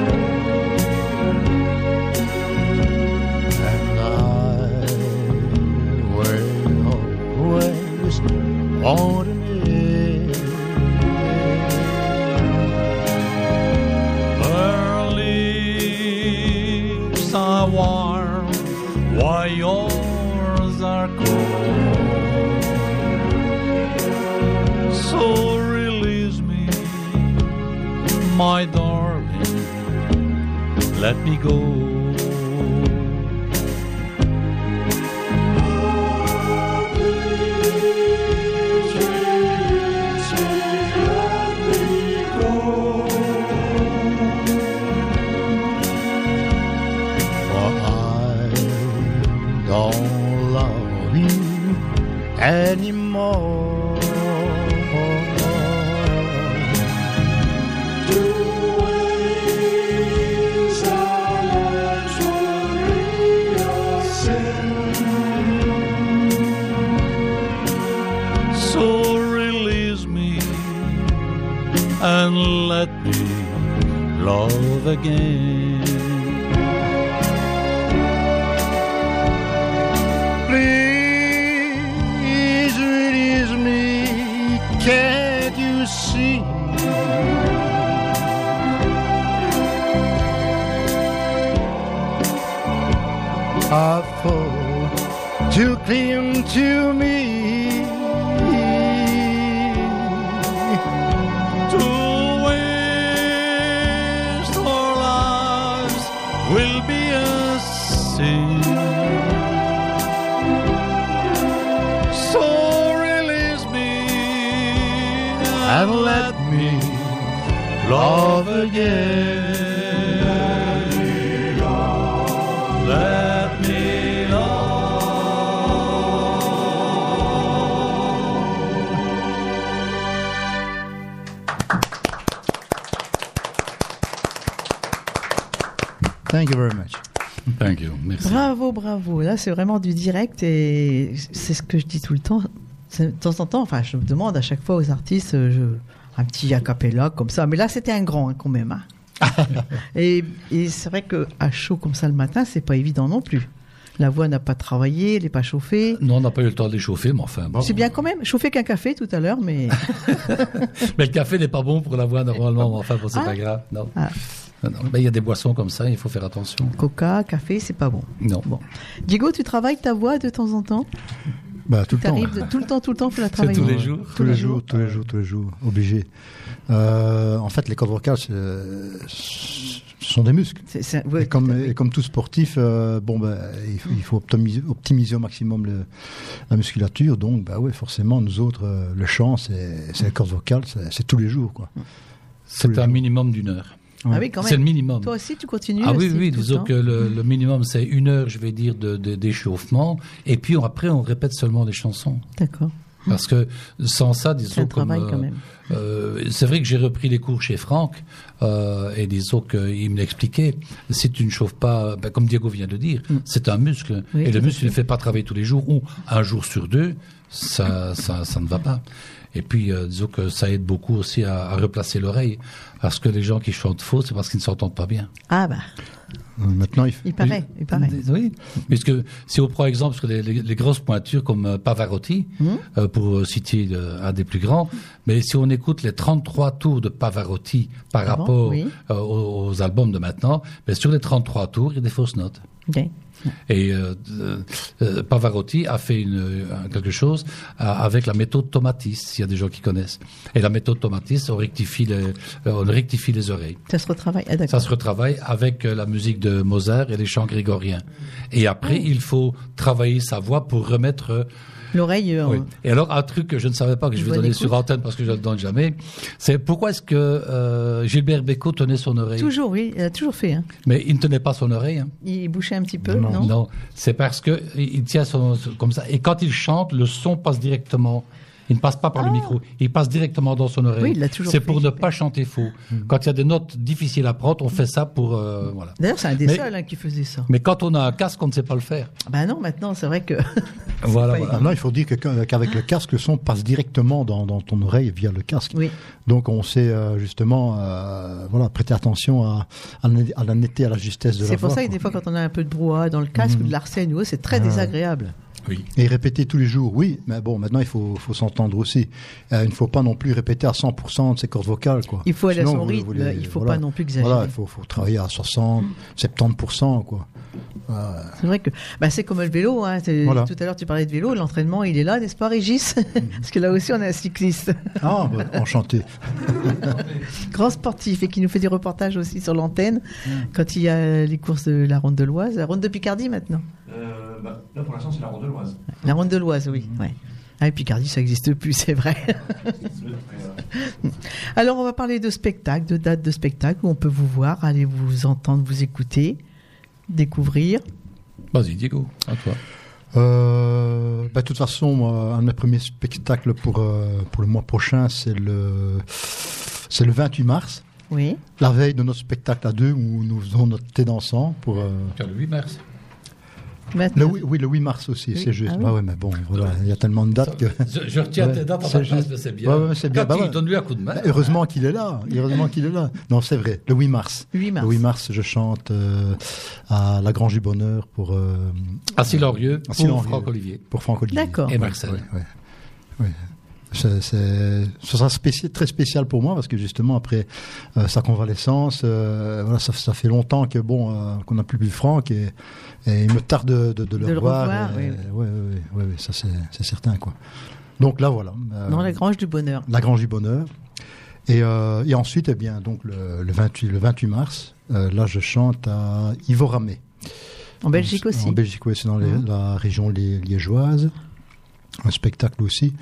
and I will always want it. Her lips are warm while yours are cold. So release me, my darling, let me go. For I don't love you anymore. So release me and let me love again. Please release me, can't you see? I fall too cling to me. see. So release me and let me love again. Let me love. Thank you very much. Thank you. Merci. Bravo, bravo. Là, c'est vraiment du direct et c'est ce que je dis tout le temps. C'est- De temps en temps, enfin, je me demande à chaque fois aux artistes, euh, je, un petit a cappella comme ça. Mais là, c'était un grand hein, quand même. Hein. et et c'est vrai qu'à chaud comme ça le matin, c'est pas évident non plus. La voix n'a pas travaillé, elle n'est pas chauffée. Non, on n'a pas eu le temps de l'échauffer, mais enfin bon. C'est bien quand même. Chauffé qu'un café tout à l'heure, mais Mais le café n'est pas bon pour la voix normalement, mais enfin bon, c'est Ah. pas grave. Non. Ah. Non, non. Ben, il y a des boissons comme ça, il faut faire attention. coca, café, c'est pas bon. Non. Bon. Diego, tu travailles ta voix de temps en temps? Bah, tout le temps. T'arrives de- tout le temps, tout le temps, faut la C'est travailler. tous les jours. Tous les jours, tous les jours, tous les jours, obligé. Euh, en fait, les cordes vocales, c'est- ce sont des muscles. C'est- c'est- ouais, et, comme, tout à fait. et comme tout sportif, euh, bon, bah, il faut, il faut optimiser, optimiser au maximum le- la musculature. Donc, bah, ouais, forcément, nous autres, euh, le chant, c'est c'est les cordes vocales, c'est c'est tous les jours. Quoi. C'est un minimum d'une heure. Ah oui, quand C'est le même. minimum. Toi aussi, tu continues Ah oui, Steve, oui, tout le disons temps que le, le minimum, c'est une heure, je vais dire, de, de- d'échauffement. Et puis on- après, on répète seulement des chansons. D'accord. Parce que sans ça, C'est disons un comme, travail euh, quand même. euh, c'est vrai que j'ai repris les cours chez Franck euh, et disons qu'il me l'expliquait. Si tu ne chauffes pas, ben, comme Diego vient de dire, Mm. c'est un muscle Oui, et le tout à muscle fait. ne fait pas travailler tous les jours ou un jour sur deux, ça, ça, ça ne va pas. Et puis, euh, disons que ça aide beaucoup aussi à, à replacer l'oreille, parce que les gens qui chantent faux, c'est parce qu'ils ne s'entendent pas bien. Ah bah, Euh, Maintenant, il, f- il paraît, il paraît. Oui, puisque si on prend exemple sur les, les- les grosses pointures comme euh, Pavarotti, Mhm. euh, pour euh, citer euh, un des plus grands, mais si on écoute les trente-trois tours de Pavarotti par Ah bon, rapport oui. euh, aux, aux albums de maintenant, ben, sur les trente-trois tours, il y a des fausses notes. Ok. Et euh, euh, euh, Pavarotti a fait une, euh, quelque chose euh, avec la méthode Tomatis, s'il y a des gens qui connaissent. Et la méthode Tomatis, on rectifie les, euh, on rectifie les oreilles. Ça se retravaille. Ah Ça d'accord. se retravaille avec euh, la musique de Mozart et les chants grégoriens. Et après, Oh. il faut travailler sa voix pour remettre... euh, L'oreille. euh, oui. Et alors, un truc que je ne savais pas, que je Une vais bonne donner écoute. sur antenne parce que je ne le donne jamais, c'est pourquoi est-ce que euh, Gilbert Bécaud tenait son oreille. Toujours, oui, il a toujours fait. Hein. Mais il ne tenait pas son oreille. Hein. Il bouchait un petit peu, Non, non, Non, c'est parce que il il tient son, son- comme ça. Et quand il chante, le son passe directement. Il ne passe pas par le Ah. micro. Il passe directement dans son oreille. Oui, il l'a toujours C'est fait, pour ne Gilbert. pas chanter faux. Quand il y a des notes difficiles à prendre, on fait ça pour euh, voilà. D'ailleurs, c'est un des Mais- seuls hein, qui faisait ça. Mais quand on a un casque, on ne sait pas le faire. Ben non, maintenant, c'est vrai que. Voilà, pas voilà. Maintenant, il faut dire que- qu'avec le casque, le son passe directement dans, dans ton oreille via le casque. Oui. Donc, on sait euh, justement euh, voilà, prêter attention à, à, la, à la netteté, à la justesse de la C'est voix. pour ça que quoi. des fois, quand on a un peu de brouhaha dans le casque ou de l'arsène ou autre, c'est très Ah ouais. désagréable. Oui. Et répéter tous les jours, oui, mais bon, maintenant il faut, faut s'entendre aussi. Euh, il ne faut pas non plus répéter à cent pour cent de ses cordes vocales, quoi. Il faut aller à Sinon, son vous- rythme, vous les- il faut voilà. pas non plus exagérer. Voilà, il faut, faut travailler à soixante, soixante-dix pour cent, quoi. Euh, C'est vrai que bah, c'est comme le vélo. Hein. C'est- Voilà. Tout à l'heure, tu parlais de vélo. L'entraînement, il est là, n'est-ce pas, Régis? Parce que là aussi, on a un cycliste. Ah, bah, enchanté. Grand sportif et qui nous fait des reportages aussi sur l'antenne quand il y a les courses de la Ronde de l'Oise, la Ronde de Picardie maintenant. Euh, bah, là, pour l'instant, c'est la Ronde de l'Oise. La Ronde de l'Oise, oui. Ouais. Ah, et Picardie, ça n'existe plus, c'est vrai. Alors, on va parler de spectacles, de dates de spectacles où on peut vous voir, aller vous entendre, vous écouter, découvrir. Vas-y, Diego, à toi. Euh, bah, de toute façon, moi, un de mes premiers spectacles pour, euh, pour le mois prochain, c'est le, c'est le vingt-huit mars, Oui. la veille de notre spectacle à deux où nous faisons notre thé dansant pour, euh, Car le huit mars. le, Maintenant. oui, oui, le huit mars aussi, Oui. c'est juste. Ah oui. Bah ouais, mais bon, voilà, il y a tellement de dates que. Je, je retiens Ouais, tes dates à c'est ta place, juste- mais c'est bien. Ouais, ouais, c'est bien. Quand Bah il ouais. donne-lui un coup de main. Bah, heureusement qu'il est là. Heureusement qu'il est là. Non, c'est vrai. Le huit mars. huit mars. Le huit mars, je chante euh, à la Grange du Bonheur pour euh, À Sylorieux, À pour Sylorieux. Franck Olivier. pour Franck Olivier. D'accord. Et Marcel. Ouais, ouais, ouais. C'est, c'est, ce sera spécial, très spécial pour moi parce que justement après euh, sa convalescence, euh, voilà, ça, ça fait longtemps que bon euh, qu'on n'a plus vu Franck et, et il me tarde de, de, de le De le revoir. revoir, et- oui. ouais, ouais, ouais, ouais, ouais, ça c'est, c'est certain quoi. Donc là voilà. euh, Dans la Grange du Bonheur. La Grange du Bonheur. Et, euh, et ensuite, eh bien, donc le, le vingt-huit, le vingt-huit mars, euh, là, je chante à Ivoramé. En Belgique aussi. En Belgique, oui, c'est dans les, Mmh. la région li- liégeoise. Un spectacle aussi.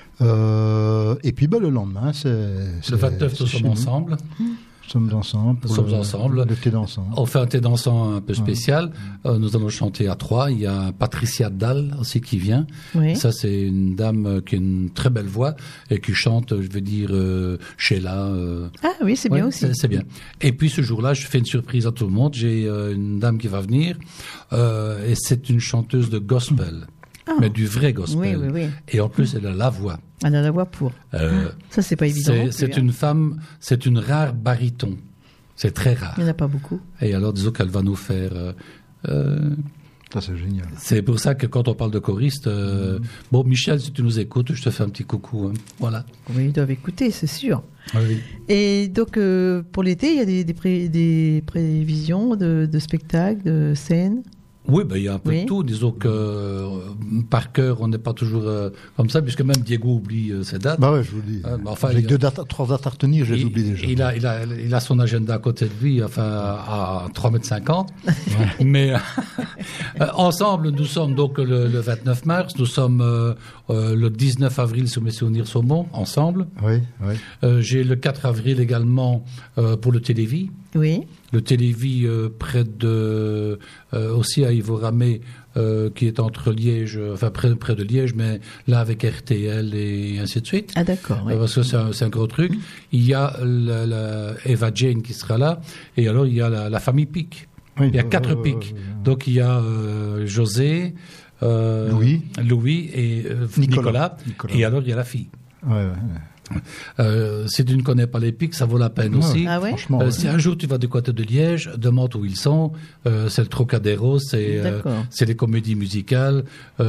Euh, et puis, bah, le lendemain, c'est... c'est Le vingt-neuf, nous c'est chez sommes ensemble. Nous sommes ensemble. Nous pour sommes le- ensemble. Le thé dansant. On fait un thé dansant un peu Ouais. spécial. Euh, nous allons chanter à trois. Il y a Patricia Dahl aussi qui vient. Oui. Ça, c'est une dame euh, qui a une très belle voix et qui chante, je veux dire, euh, Sheila. euh, Ah oui, c'est ouais, bien aussi. C'est, c'est bien. Et puis ce jour-là, je fais une surprise à tout le monde. J'ai euh, une dame qui va venir euh, et c'est une chanteuse de gospel, Ah. mais du vrai gospel. Oui, oui, oui. Et en plus, elle a la voix. Elle a la voix pour. Euh, Ça, c'est pas évident. non c'est, plus, c'est hein. une femme, c'est une rare baryton. C'est très rare. Il n'y en a pas beaucoup. Et alors, disons qu'elle va nous faire. euh, euh, Ça, c'est génial. c'est pour ça que quand on parle de choriste, euh, bon, Michel, si tu nous écoutes, je te fais un petit coucou. Hein. Voilà. Oui, ils doivent écouter, c'est sûr. Oui. Et donc, euh, pour l'été, il y a des, des, pré- des prévisions de, de spectacles, de scènes. Oui, ben, il y a un peu Oui. de tout. Disons que euh, par cœur, on n'est pas toujours euh, comme ça, puisque même Diego oublie euh, ses dates. Bah ouais, je vous le dis. Ah, bah, enfin, Avec il- deux dates, trois dates à retenir, je les il, oublie déjà. il a, il, a, il a son agenda à côté de lui, enfin, à, à trois mètres cinquante. Mais euh, ensemble, nous sommes donc le, le vingt-neuf mars, nous sommes euh, euh, le dix-neuf avril sur mes souvenirs saumon, ensemble. Oui, oui. Euh, j'ai le quatre avril également euh, pour le Télévis. Oui. Le Télévis euh, près de euh, aussi à Ivoramé, euh, qui est entre Liège, euh, enfin près, près de Liège, mais là avec R T L et ainsi de suite. Ah, d'accord. Oui. Euh, Parce que c'est un, c'est un gros truc. Il y a la, la Eva Jane qui sera là, et alors il y a la, la famille Pic. Oui, Il y a euh, quatre euh, Pic. euh, Donc il y a euh, José, euh, Louis. Louis et euh, Nicolas. Nicolas. Nicolas. Et alors il y a la fille. Ouais, ouais, ouais. Euh, si tu ne connais pas les Pics, ça vaut la peine Ouais, aussi. Ah ouais Franchement, Euh, ouais. Si un jour tu vas du côté de Liège, demande où ils sont. Euh, c'est le Trocadéro, c'est euh, D'accord. c'est les comédies musicales.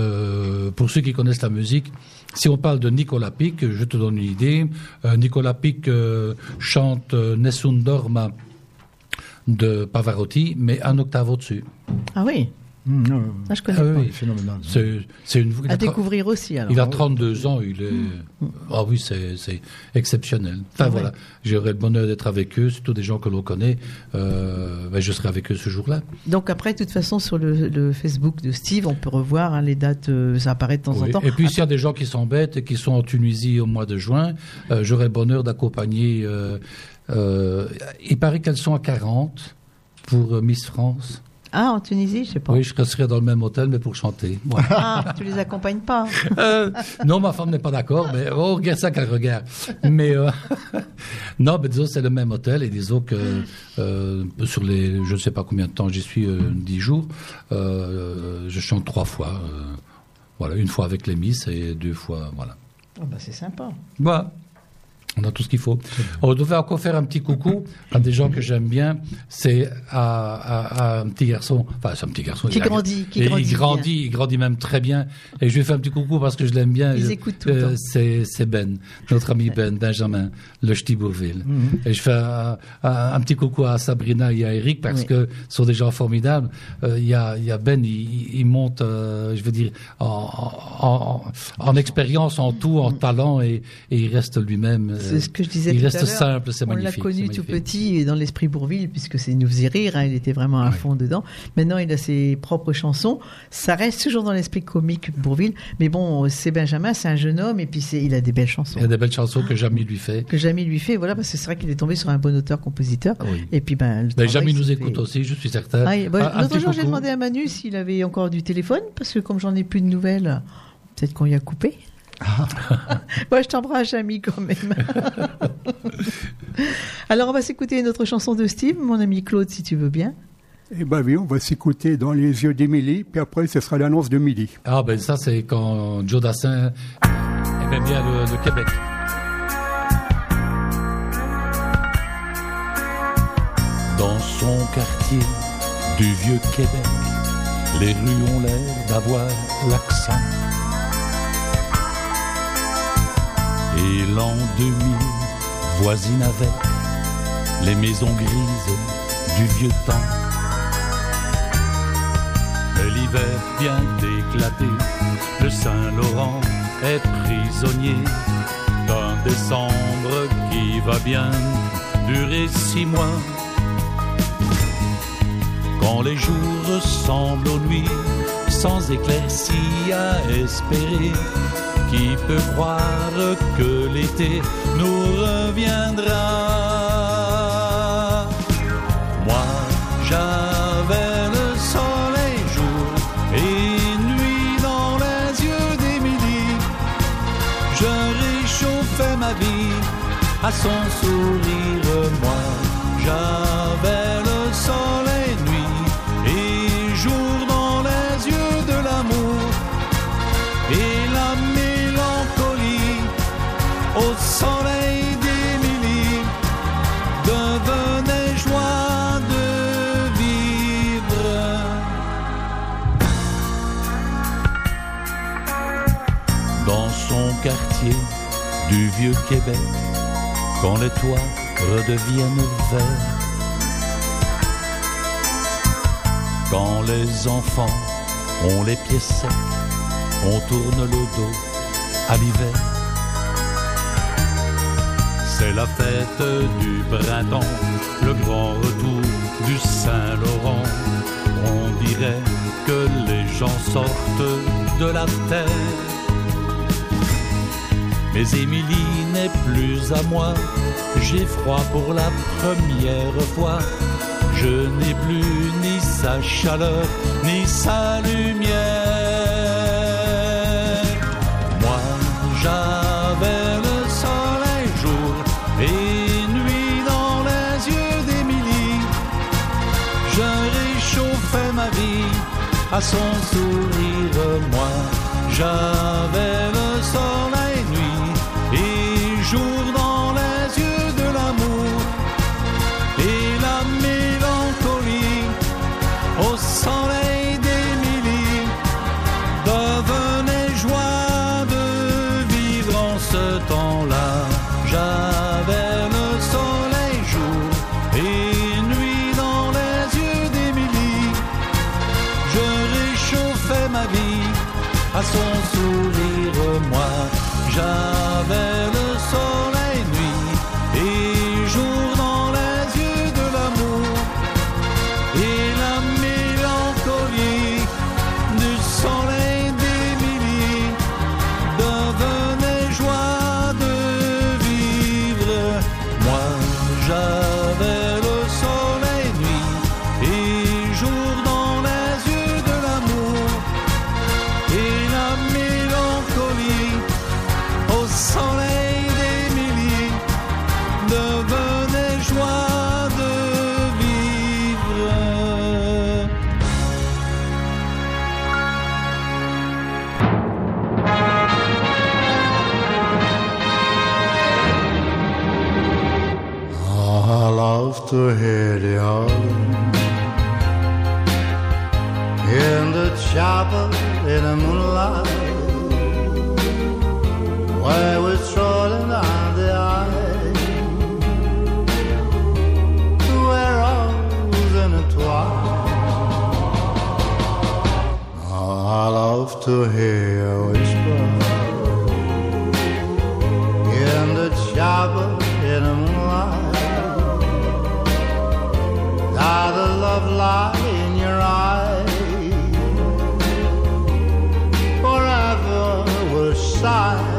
Euh, pour ceux qui connaissent la musique, si on parle de Nicolas Pic, je te donne une idée. Euh, Nicolas Pic euh, chante euh, Nessun Dorma de Pavarotti, mais un octave au-dessus. Ah oui. Mmh, ouais, ouais. Ah, je connais Ah pas. oui, Phénoménal. C'est c'est une. il À a tra- découvrir aussi, alors. Il a trente-deux ans, il est. Mm. Ah oui, c'est c'est exceptionnel. Enfin Ah voilà, ouais. j'aurai le bonheur d'être avec eux, surtout des gens que l'on connaît. Euh, ben, je serai avec eux ce jour-là. Donc après, de toute façon, sur le, le Facebook de Steve, on peut revoir hein, les dates, euh, ça apparaît de temps Oui. en temps. Et puis s'il y a des gens qui s'embêtent et qui sont en Tunisie au mois de juin, euh, j'aurai le bonheur d'accompagner. Euh, euh, il paraît qu'elles sont à quarante pour euh, Miss France. Ah, en Tunisie, je sais pas. Oui, je serai dans le même hôtel, mais pour chanter. Voilà. Ah, tu les accompagnes pas. Euh, non, ma femme n'est pas d'accord, mais oh, regarde ça qu'elle regarde. Mais euh, non, mais disons c'est le même hôtel et disons que euh, sur les, je ne sais pas combien de temps j'y suis, euh, dix jours, euh, je chante trois fois. Euh, voilà, une fois avec les Miss et deux fois, voilà. Ah bah, c'est sympa. Voilà. On a tout ce qu'il faut. On devait encore faire un petit coucou à des gens que j'aime bien. C'est à, à, à un petit garçon. Enfin, c'est un petit garçon. Qui il a- grandit, qui et grandit il grandit, il grandit même très bien. Et je lui fais un petit coucou parce que je l'aime bien. Ils Je- écoutent tout le temps. C'est, c'est Ben, notre ami Ben, Benjamin, le Ch'ti Bourville. Et je fais un, un- un petit coucou à Sabrina et à Eric parce Oui. que ce sont des gens formidables. Euh, Il y, a, il y a Ben, il, il monte, euh, je veux dire, en, en, en, en expérience, en tout, en talent et, et il reste lui-même. C'est ce que je disais Il tout reste à l'heure. simple, c'est On magnifique. l'a connu c'est tout magnifique. petit dans l'esprit Bourville, puisque c'est, il nous faisait rire, hein, il était vraiment à Oui. fond dedans. Maintenant, il a ses propres chansons. Ça reste toujours dans l'esprit comique Bourville. Mais bon, c'est Benjamin, c'est un jeune homme, et puis c'est, il a des belles chansons. Il y a des belles chansons que Jamie lui fait. Que Jamie lui fait, voilà, parce que c'est vrai qu'il est tombé sur un bon auteur-compositeur. Ah oui. Et puis, ben, le Ben, travail Jamie nous se écoute fait. aussi, je suis certain. Ah, et- bah, Un- un l'autre petit jour, j'ai coucou. demandé à Manu s'il avait encore du téléphone, parce que comme j'en ai plus de nouvelles, peut-être qu'on y a coupé. Moi, je t'embrasse, Jamie, quand même. Alors, on va s'écouter une autre chanson de Steve, mon ami Claude, si tu veux bien. Eh ben oui, on va s'écouter dans les yeux d'Émilie, puis après, ce sera l'annonce de midi. Ah ben ça c'est quand Joe Dassin aimait bien le, le Québec. Dans son quartier du vieux Québec, les rues ont l'air d'avoir l'accent. Et l'an deux mille voisine avec les maisons grises du vieux temps. Mais l'hiver vient d'éclater, le Saint-Laurent est prisonnier d'un décembre qui va bien durer six mois. quand les jours ressemblent aux nuits, sans éclaircie à espérer. Qui peut croire que l'été nous reviendra? Moi, j'avais le soleil jour et nuit dans les yeux d'Émilie. Je réchauffais ma vie à son sourire. Moi, j'avais le soleil nuit et jour dans les yeux de l'amour. Et la mélancolie au soleil d'Émilie devenait joie de vivre. Dans son quartier du vieux Québec, quand les toits redeviennent verts, quand les enfants ont les pieds secs, on tourne le dos à l'hiver. C'est la fête du printemps, le grand retour du Saint-Laurent. On dirait que les gens sortent de la terre. Mais Émilie n'est plus à moi, j'ai froid pour la première fois. Je n'ai plus ni sa chaleur, ni sa lumière. J'avais le soleil jour et nuit dans les yeux d'Émilie. Je réchauffais ma vie à son sourire. Moi, j'avais le soleil nuit et jour dans les yeux de l'amour. Et la mélancolie au soleil d'Émilie devenait joie. Ce temps-là, j'avais le soleil jour et nuit dans les yeux d'Émilie. Je réchauffais ma vie à son sourire. Moi, j'avais le soleil nuit et jour dans les yeux de l'amour. Et la mélancolie du soleil d'Émilie devenait joie de vivre. Moi, j'avais le soleil nuit et jour dans les yeux de l'amour. Et la mélancolie au soleil d'Émilie devenait joie de vivre. I love to hear the organ in the chapel in the moonlight, where we're strolling down the aisle, where rose in the twilight. I love to hear a whisper in the chapel in the moonlight. Now the love light in your eyes forever will shine.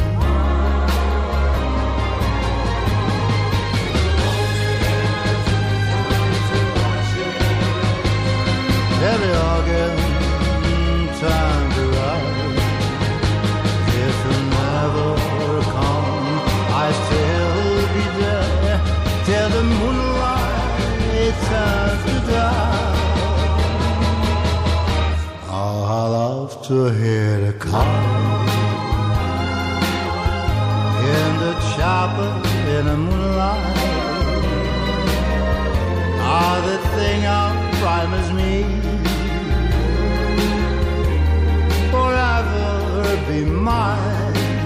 Every organ time to rise. If you never come, I still be there till the moonlight turns to dark. Oh, I love to hear the call in the chapel in the moonlight. Ah, the thing outprimes me, forever be mine.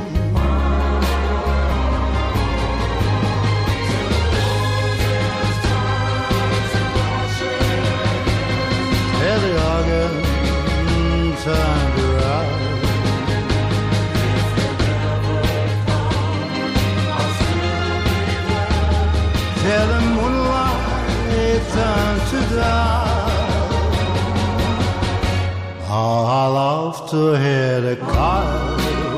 Every organ turned around. Till the moonlight turns to dark. How I love to hear the cars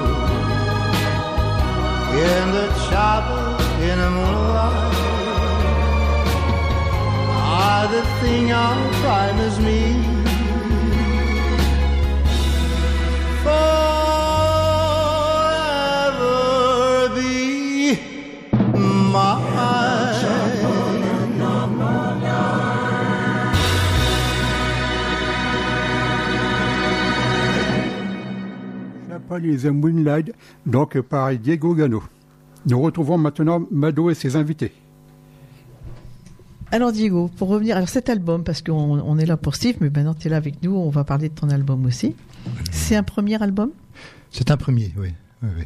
in the chapel in the moonlight. Ah, the thing on prime is me. Forever be mine. Is a Moonlight, donc par Diego Gano. Nous retrouvons maintenant Mado et ses invités. Alors Diego, pour revenir, alors cet album, parce qu'on on est là pour Steve, mais maintenant tu es là avec nous, on va parler de ton album aussi. C'est un premier album ? C'est un premier, oui. oui, oui.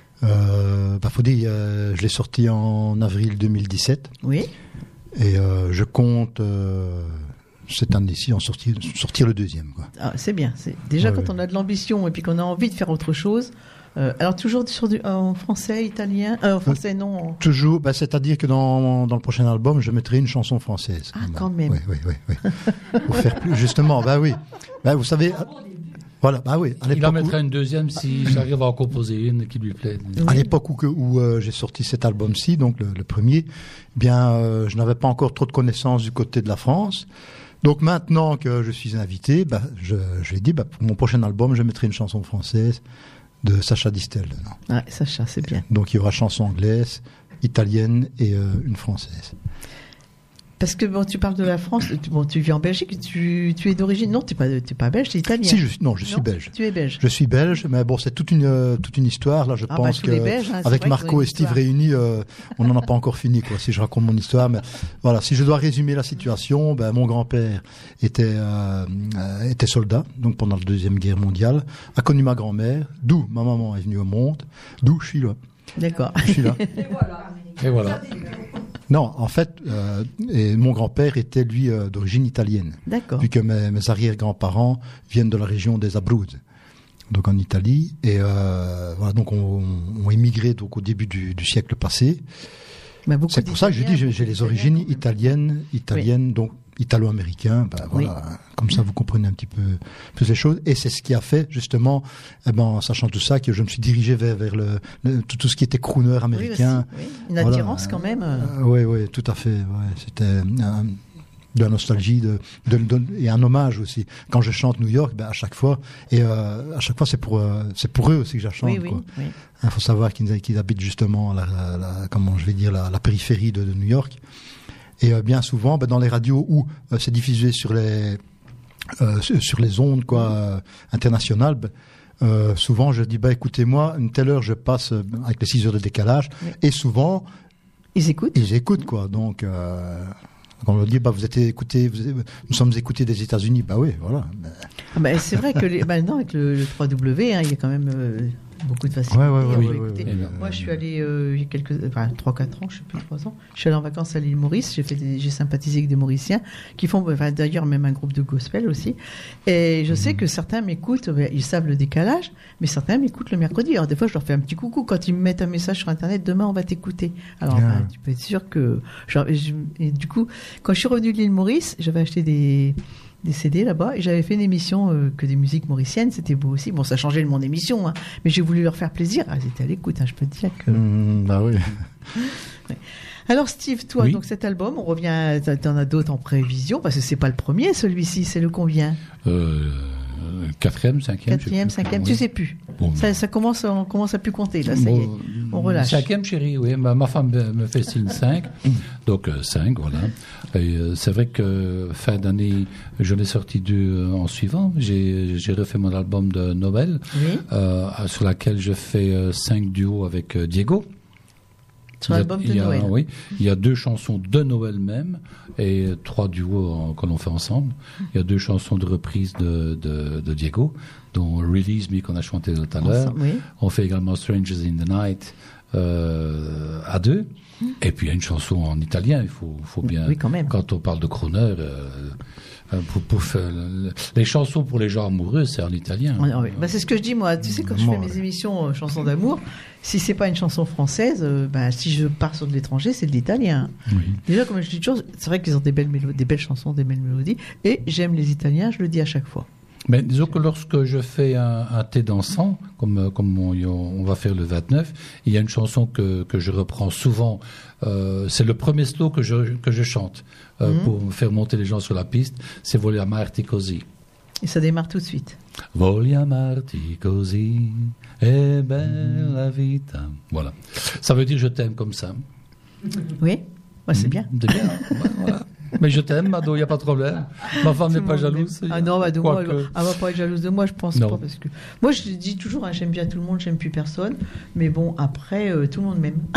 Euh, bah, faut dire, euh, je l'ai sorti en avril deux mille dix-sept. Oui. Et euh, je compte euh, cette année-ci en sortir, sortir le deuxième. Quoi. Ah, c'est bien. C'est... Déjà, ouais, quand ouais. on a de l'ambition et puis qu'on a envie de faire autre chose. Euh, alors toujours sur du, en français, italien, euh, en français non. En... Toujours, bah, c'est-à-dire que dans, dans le prochain album, je mettrai une chanson française. Ah, quand même. Oui, oui, oui, oui. Pour faire plus, justement, bah oui. Bah, vous savez. Voilà, bah oui. À Il en mettra où... une deuxième si j'arrive à en composer une qui lui plaît. Oui. À l'époque où, où euh, j'ai sorti cet album-ci, donc le, le premier, eh bien, euh, je n'avais pas encore trop de connaissances du côté de la France. Donc maintenant que je suis invité, bah, je, je lui ai dit, bah, pour mon prochain album, je mettrai une chanson française de Sacha Distel. Ah, Sacha, c'est bien. Donc il y aura chanson anglaise, italienne et euh, une française. Parce que bon, tu parles de la France, tu, bon, tu vis en Belgique, tu, tu es d'origine... Non, tu n'es pas, t'es pas belge, tu es italien. Si, je, non, je suis non, belge. Tu es belge. Je suis belge, mais bon, c'est toute une, euh, toute une histoire. Là, je ah pense bah, que Belges, hein, avec Marco et Steve réunis, euh, on n'en a pas encore fini, quoi, si je raconte mon histoire. Mais voilà, si je dois résumer la situation, ben, mon grand-père était, euh, euh, était soldat, donc pendant la Deuxième Guerre mondiale, a connu ma grand-mère, d'où ma maman est venue au monde, d'où je suis là. D'accord. Je suis là. Et voilà. Et voilà. Non, en fait, euh, et mon grand-père était, lui, euh, d'origine italienne. D'accord. Vu que mes, mes arrière-grands-parents viennent de la région des Abruzes, donc en Italie. Et euh, voilà, donc on, on émigré donc, au début du, du siècle passé. Bah, c'est pour ça que je dis j'ai, j'ai les origines italiennes, italiennes, oui. donc italo-américains. Ben, voilà, oui. Comme ça vous comprenez un petit peu plus les choses. Et c'est ce qui a fait justement, eh ben, en sachant tout ça, que je me suis dirigé vers, vers le, le tout, tout ce qui était crooner américain. Oui, oui. Une attirance voilà. quand même. Euh, oui, oui, tout à fait. Ouais. C'était euh, de la nostalgie de, de, de, et un hommage aussi. Quand je chante New York, ben, à chaque fois, et euh, à chaque fois c'est pour euh, c'est pour eux aussi que je la chante. Oui, oui, quoi. Oui. Il faut savoir qu'ils, qu'ils habitent justement la, la, la, comment je vais dire la, la périphérie de, de New York. Et euh, bien souvent, ben, dans les radios où euh, c'est diffusé sur les euh, sur les ondes quoi euh, internationales, ben, euh, souvent je dis bah écoutez-moi, une telle heure je passe euh, avec les six heures de décalage, oui. et souvent ils écoutent. Ils écoutent quoi. Donc euh, quand on leur dit bah vous êtes écoutés, vous, nous sommes écoutés des États-Unis, bah oui, voilà. Ah bah, c'est vrai que les, maintenant avec le, le trois W, hein, il y a quand même euh, beaucoup de facilité. Ouais, ouais, ouais, oui, oui, oui, oui. Moi, je suis allé euh, il y a quelques, enfin trois quatre ans, je sais plus trois ans. Je suis allé en vacances à l'île Maurice. J'ai fait, des, j'ai sympathisé avec des Mauriciens qui font, enfin, d'ailleurs même un groupe de gospel aussi. Et je mmh. sais que certains m'écoutent, ils savent le décalage, mais certains m'écoutent le mercredi. Alors des fois, je leur fais un petit coucou quand ils me mettent un message sur Internet. Demain, on va t'écouter. Alors yeah. bah, tu peux être sûr que, genre, et, je, et du coup, quand je suis revenue de l'île Maurice, j'avais acheté des des C D là-bas, et j'avais fait une émission euh, que des musiques mauriciennes, c'était beau aussi. Bon, ça changeait de mon émission, hein, mais j'ai voulu leur faire plaisir. Ah, ils étaient à l'écoute, hein, je peux te dire que... Mmh, bah oui. ouais. Alors Steve, toi, oui. donc cet album, on revient, t'en as d'autres en prévision, parce que c'est pas le premier, celui-ci, c'est le combien euh, Quatrième, cinquième Quatrième, cinquième, oui. tu sais plus. Bon, ça, ça commence, on commence à plus compter, là, ça bon, y est, on relâche. Cinquième, chérie, oui, ma, ma femme me fait signe cinq, donc euh, cinq, voilà. Et, euh, c'est vrai que fin d'année, je l'ai sorti deux euh, en suivant. J'ai, j'ai refait mon album de Noël, oui. euh, sur laquelle je fais euh, cinq duos avec euh, Diego. Sur l'album de a, Noël. Oui, il y a deux chansons de Noël même et trois duos en, que l'on fait ensemble. Il y a deux chansons de reprise de, de, de Diego, dont Release Me qu'on a chanté tout à l'heure. Oui. On fait également Strangers in the Night euh, à deux. Mm. Et puis il y a une chanson en italien. Il faut, faut bien. Oui, quand même. Quand on parle de crooner. Euh, Pour, pour faire, les chansons pour les gens amoureux, c'est en italien. Ah, oui. bah, c'est ce que je dis, moi. Tu sais, quand je fais mes émissions euh, chansons d'amour, si c'est pas une chanson française, euh, bah, si je pars sur de l'étranger, c'est de l'italien. Oui. Déjà, comme je dis toujours, c'est vrai qu'ils ont des belles, mélo- des belles chansons, des belles mélodies. Et j'aime les Italiens, je le dis à chaque fois. Mais disons que lorsque je fais un, un thé dansant, comme, comme on, on va faire le vingt-neuf, il y a une chanson que, que je reprends souvent. Euh, c'est le premier slow que je, que je chante euh, mmh. pour faire monter les gens sur la piste. C'est Vogliamarti così. Et ça démarre tout de suite. Vogliamarti così, è bella vita. Voilà. Ça veut dire je t'aime comme ça. Oui, bah, c'est mmh. bien. C'est bien. Hein. Voilà. Mais je t'aime, Mado, il n'y a pas de problème. Ma femme n'est pas jalouse. Ah non, bah, de moi, que... elle ne va pas être jalouse de moi, je pense non. pas. Parce que... Moi, je dis toujours, hein, j'aime bien tout le monde, j'aime plus personne. Mais bon, après, euh, tout le monde m'aime.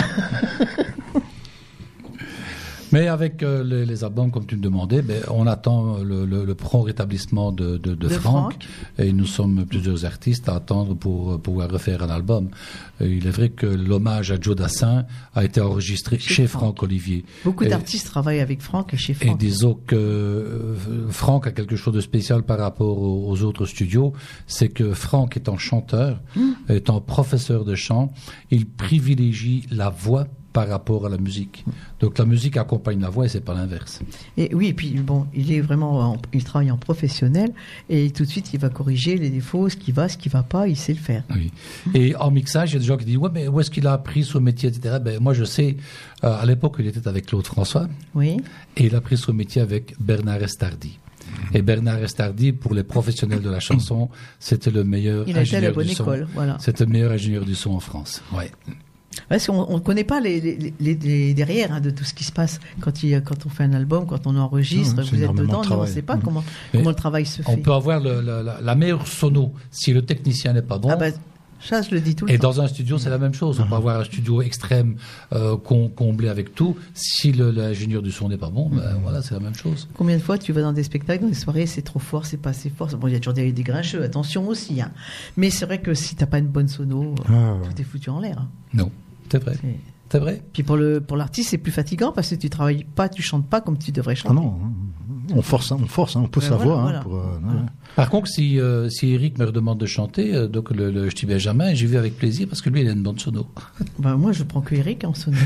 Mais avec euh, les, les albums, comme tu me demandais, ben, on attend le, le, le prompt rétablissement de, de, de, de Franck, Franck. Et nous sommes plusieurs artistes à attendre pour, pour pouvoir refaire un album. Et il est vrai que l'hommage à Joe Dassin a été enregistré chez, chez Franck. Franck Olivier. Beaucoup et, d'artistes travaillent avec Franck et chez Franck. Et disons que euh, Franck a quelque chose de spécial par rapport aux, aux autres studios, c'est que Franck étant chanteur, mmh. étant professeur de chant, il privilégie la voix par rapport à la musique. Donc la musique accompagne la voix et c'est pas l'inverse. Et oui, et puis bon, il est vraiment, en, il travaille en professionnel et tout de suite il va corriger les défauts, ce qui va, ce qui va pas, il sait le faire. Oui. Et en mixage, il y a des gens qui disent ouais, mais où est-ce qu'il a appris ce métier, et cetera. Ben moi je sais, euh, à l'époque il était avec Claude François. Oui. Et il a appris ce métier avec Bernard Estardi. Et Bernard Estardi, pour les professionnels de la chanson, c'était le meilleur il ingénieur était à la bonne du école, son. voilà. C'était le meilleur ingénieur du son en France. Ouais. Parce qu'on ne connaît pas les, les, les, les derrière hein, de tout ce qui se passe quand, il, quand on fait un album, quand on enregistre, non, vous êtes dedans, nous, on ne sait pas mmh. comment, comment le travail se fait. On peut avoir le, la, la, la meilleure sono si le technicien n'est pas bon. Ah bah, ça, je le dis tout le Et temps. dans un studio, c'est la même chose. On peut avoir un studio extrême euh, com- comblé avec tout. Si le, l'ingénieur du son n'est pas bon, ben, mmh. voilà, c'est la même chose. Combien de fois tu vas dans des spectacles, dans des soirées, c'est trop fort, c'est pas assez fort. Bon, il y a toujours des, des grincheux, attention aussi. Hein. Mais c'est vrai que si tu n'as pas une bonne sono, ah, ouais. tout est foutu en l'air. Hein. Non. C'est vrai. C'est... c'est vrai. Puis pour le pour l'artiste, c'est plus fatigant parce que tu travailles pas, tu chantes pas comme tu devrais chanter. Ah non, on force, on force, on pousse ben la voilà, voix. Voilà. Hein, pour, euh, voilà. Par contre, si euh, si Eric me redemande de chanter, euh, donc le, le Ch'ti Benjamin, j'y vais avec plaisir parce que lui, il a une bonne sono. Ben moi, je prends que Eric en sono.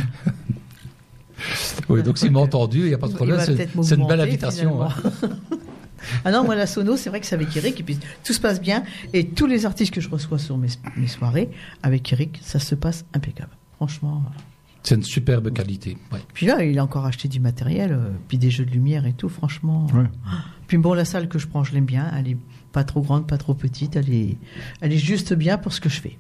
Oui, donc s'il m'a entendu, il n'y a pas de problème. C'est, c'est une belle invitation. Hein. Ah non, moi la sono, c'est vrai que c'est avec Eric et puis tout se passe bien et tous les artistes que je reçois sur mes, mes soirées avec Eric, ça se passe impeccable. Franchement. C'est une superbe qualité. Ouais. Puis là, il a encore acheté du matériel, euh, puis des jeux de lumière et tout, franchement. Ouais. Puis bon, la salle que je prends, je l'aime bien. Elle est pas trop grande, pas trop petite. Elle est, elle est juste bien pour ce que je fais.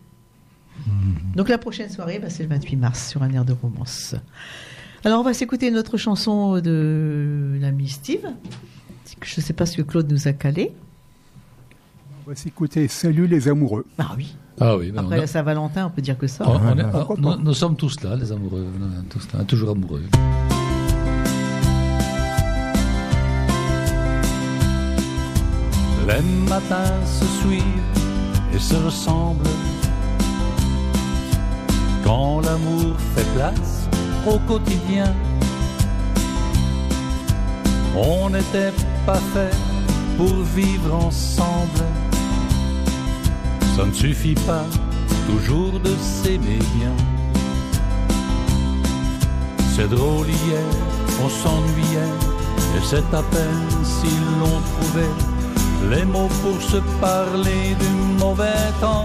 Mmh. Donc la prochaine soirée, bah, c'est le vingt-huit mars sur un air de romance. Alors on va s'écouter une autre chanson de l'ami Steve. Je ne sais pas ce que Claude nous a calé. On va s'écouter Salut les amoureux. Ah oui. Ah oui, ben après a... la Saint-Valentin, on peut dire que ça. Oh, on est, oh, nous, nous sommes tous là, les amoureux, tous là, toujours amoureux. Les matins se suivent et se ressemblent quand l'amour fait place au quotidien. On n'était pas fait pour vivre ensemble. Ça ne suffit pas toujours de s'aimer bien. C'est drôle, hier on s'ennuyait et c'est à peine si l'on trouvait les mots pour se parler du mauvais temps.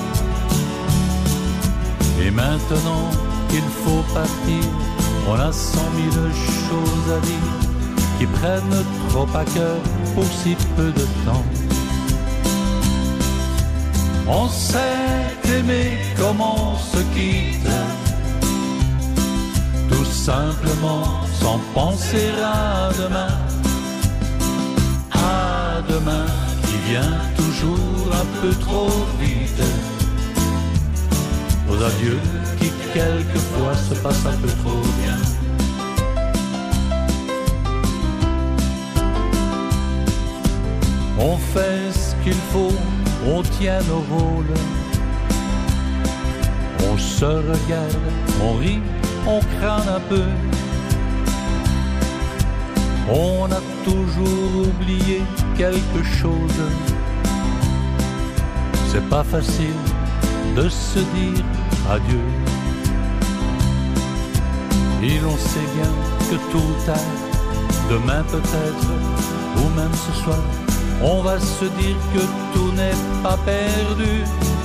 Et maintenant qu'il faut partir, on a cent mille choses à dire qui prennent trop à cœur pour si peu de temps. On sait aimer comme on se quitte, tout simplement sans penser à demain. À demain qui vient toujours un peu trop vite. Aux adieux qui quelquefois se passent un peu trop bien. On fait ce qu'il faut, on tient nos rôles. On se regarde, on rit, on crâne un peu. On a toujours oublié quelque chose. C'est pas facile de se dire adieu. Et l'on sait bien que tôt ou tard, demain peut-être, ou même ce soir, on va se dire que tout n'est pas perdu.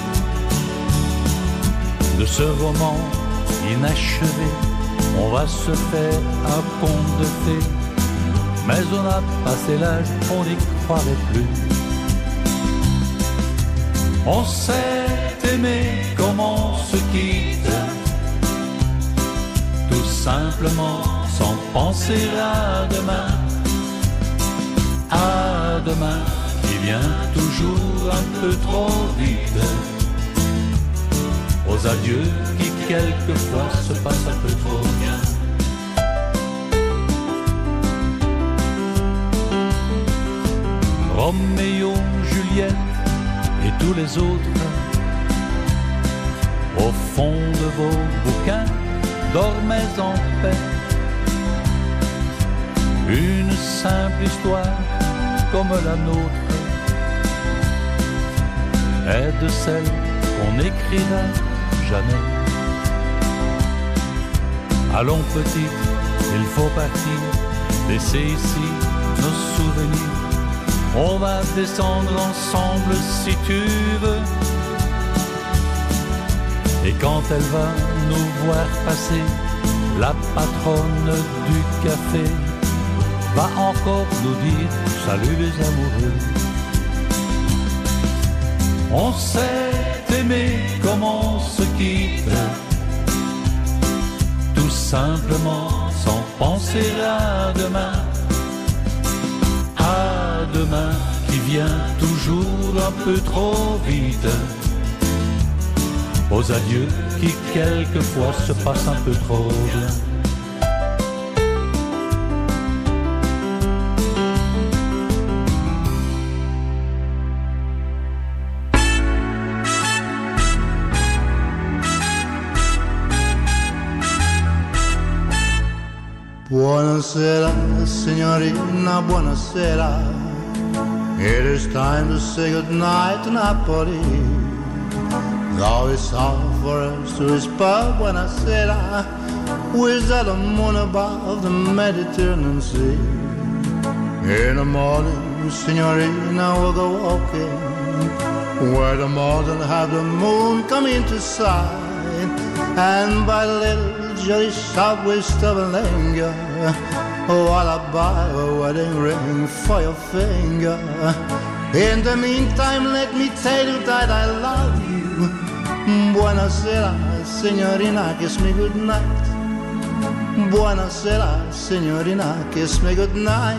De ce roman inachevé, on va se faire un conte de fées. Mais on a passé l'âge, on n'y croirait plus. On s'est aimé comme on se quitte, tout simplement sans penser à demain. À demain qui vient toujours un peu trop vite. Aux adieux qui quelquefois se passent un peu trop bien. Roméo, Juliette et tous les autres, au fond de vos bouquins, dormez en paix. Une simple histoire comme la nôtre est de celle qu'on n'écrira jamais. Allons petite, il faut partir, laisser ici nos souvenirs. On va descendre ensemble si tu veux. Et quand elle va nous voir passer, la patronne du café va encore nous dire salut les amoureux. On s'est aimé comme on se quitte, tout simplement sans penser à demain. À demain qui vient toujours un peu trop vite. Aux adieux qui quelquefois se passent un peu trop bien. Buonasera, signorina, buonasera. It is time to say goodnight to Napoli. Though it's hard for us to whisper buonasera, with the moon above the Mediterranean Sea. In the morning, signorina, we'll go walking, where the morning have the moon come into sight, and by the little jolly shop we stop and linger, while I buy a wedding ring for your finger. In the meantime, let me tell you that I love you. Buonasera, signorina, kiss me goodnight. Buonasera, signorina, kiss me goodnight.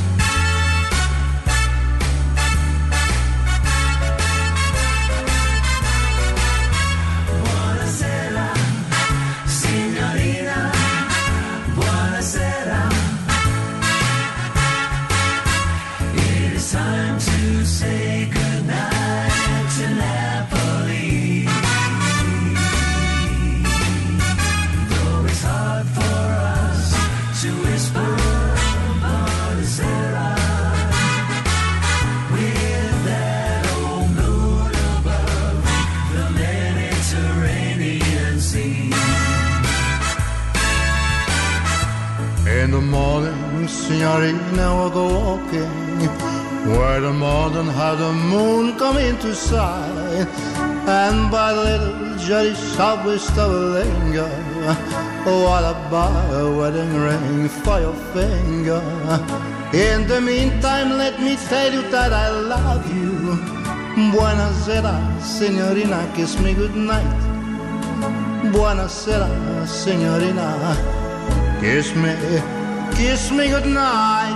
Signorina, we'll go walking, where the morning had the moon come into sight, and by the little jolly shop we stop a linger, while I buy a wedding ring for your finger. In the meantime, let me tell you that I love you. Buonasera, signorina, kiss me goodnight. Buonasera, signorina, kiss me. Kiss me goodnight.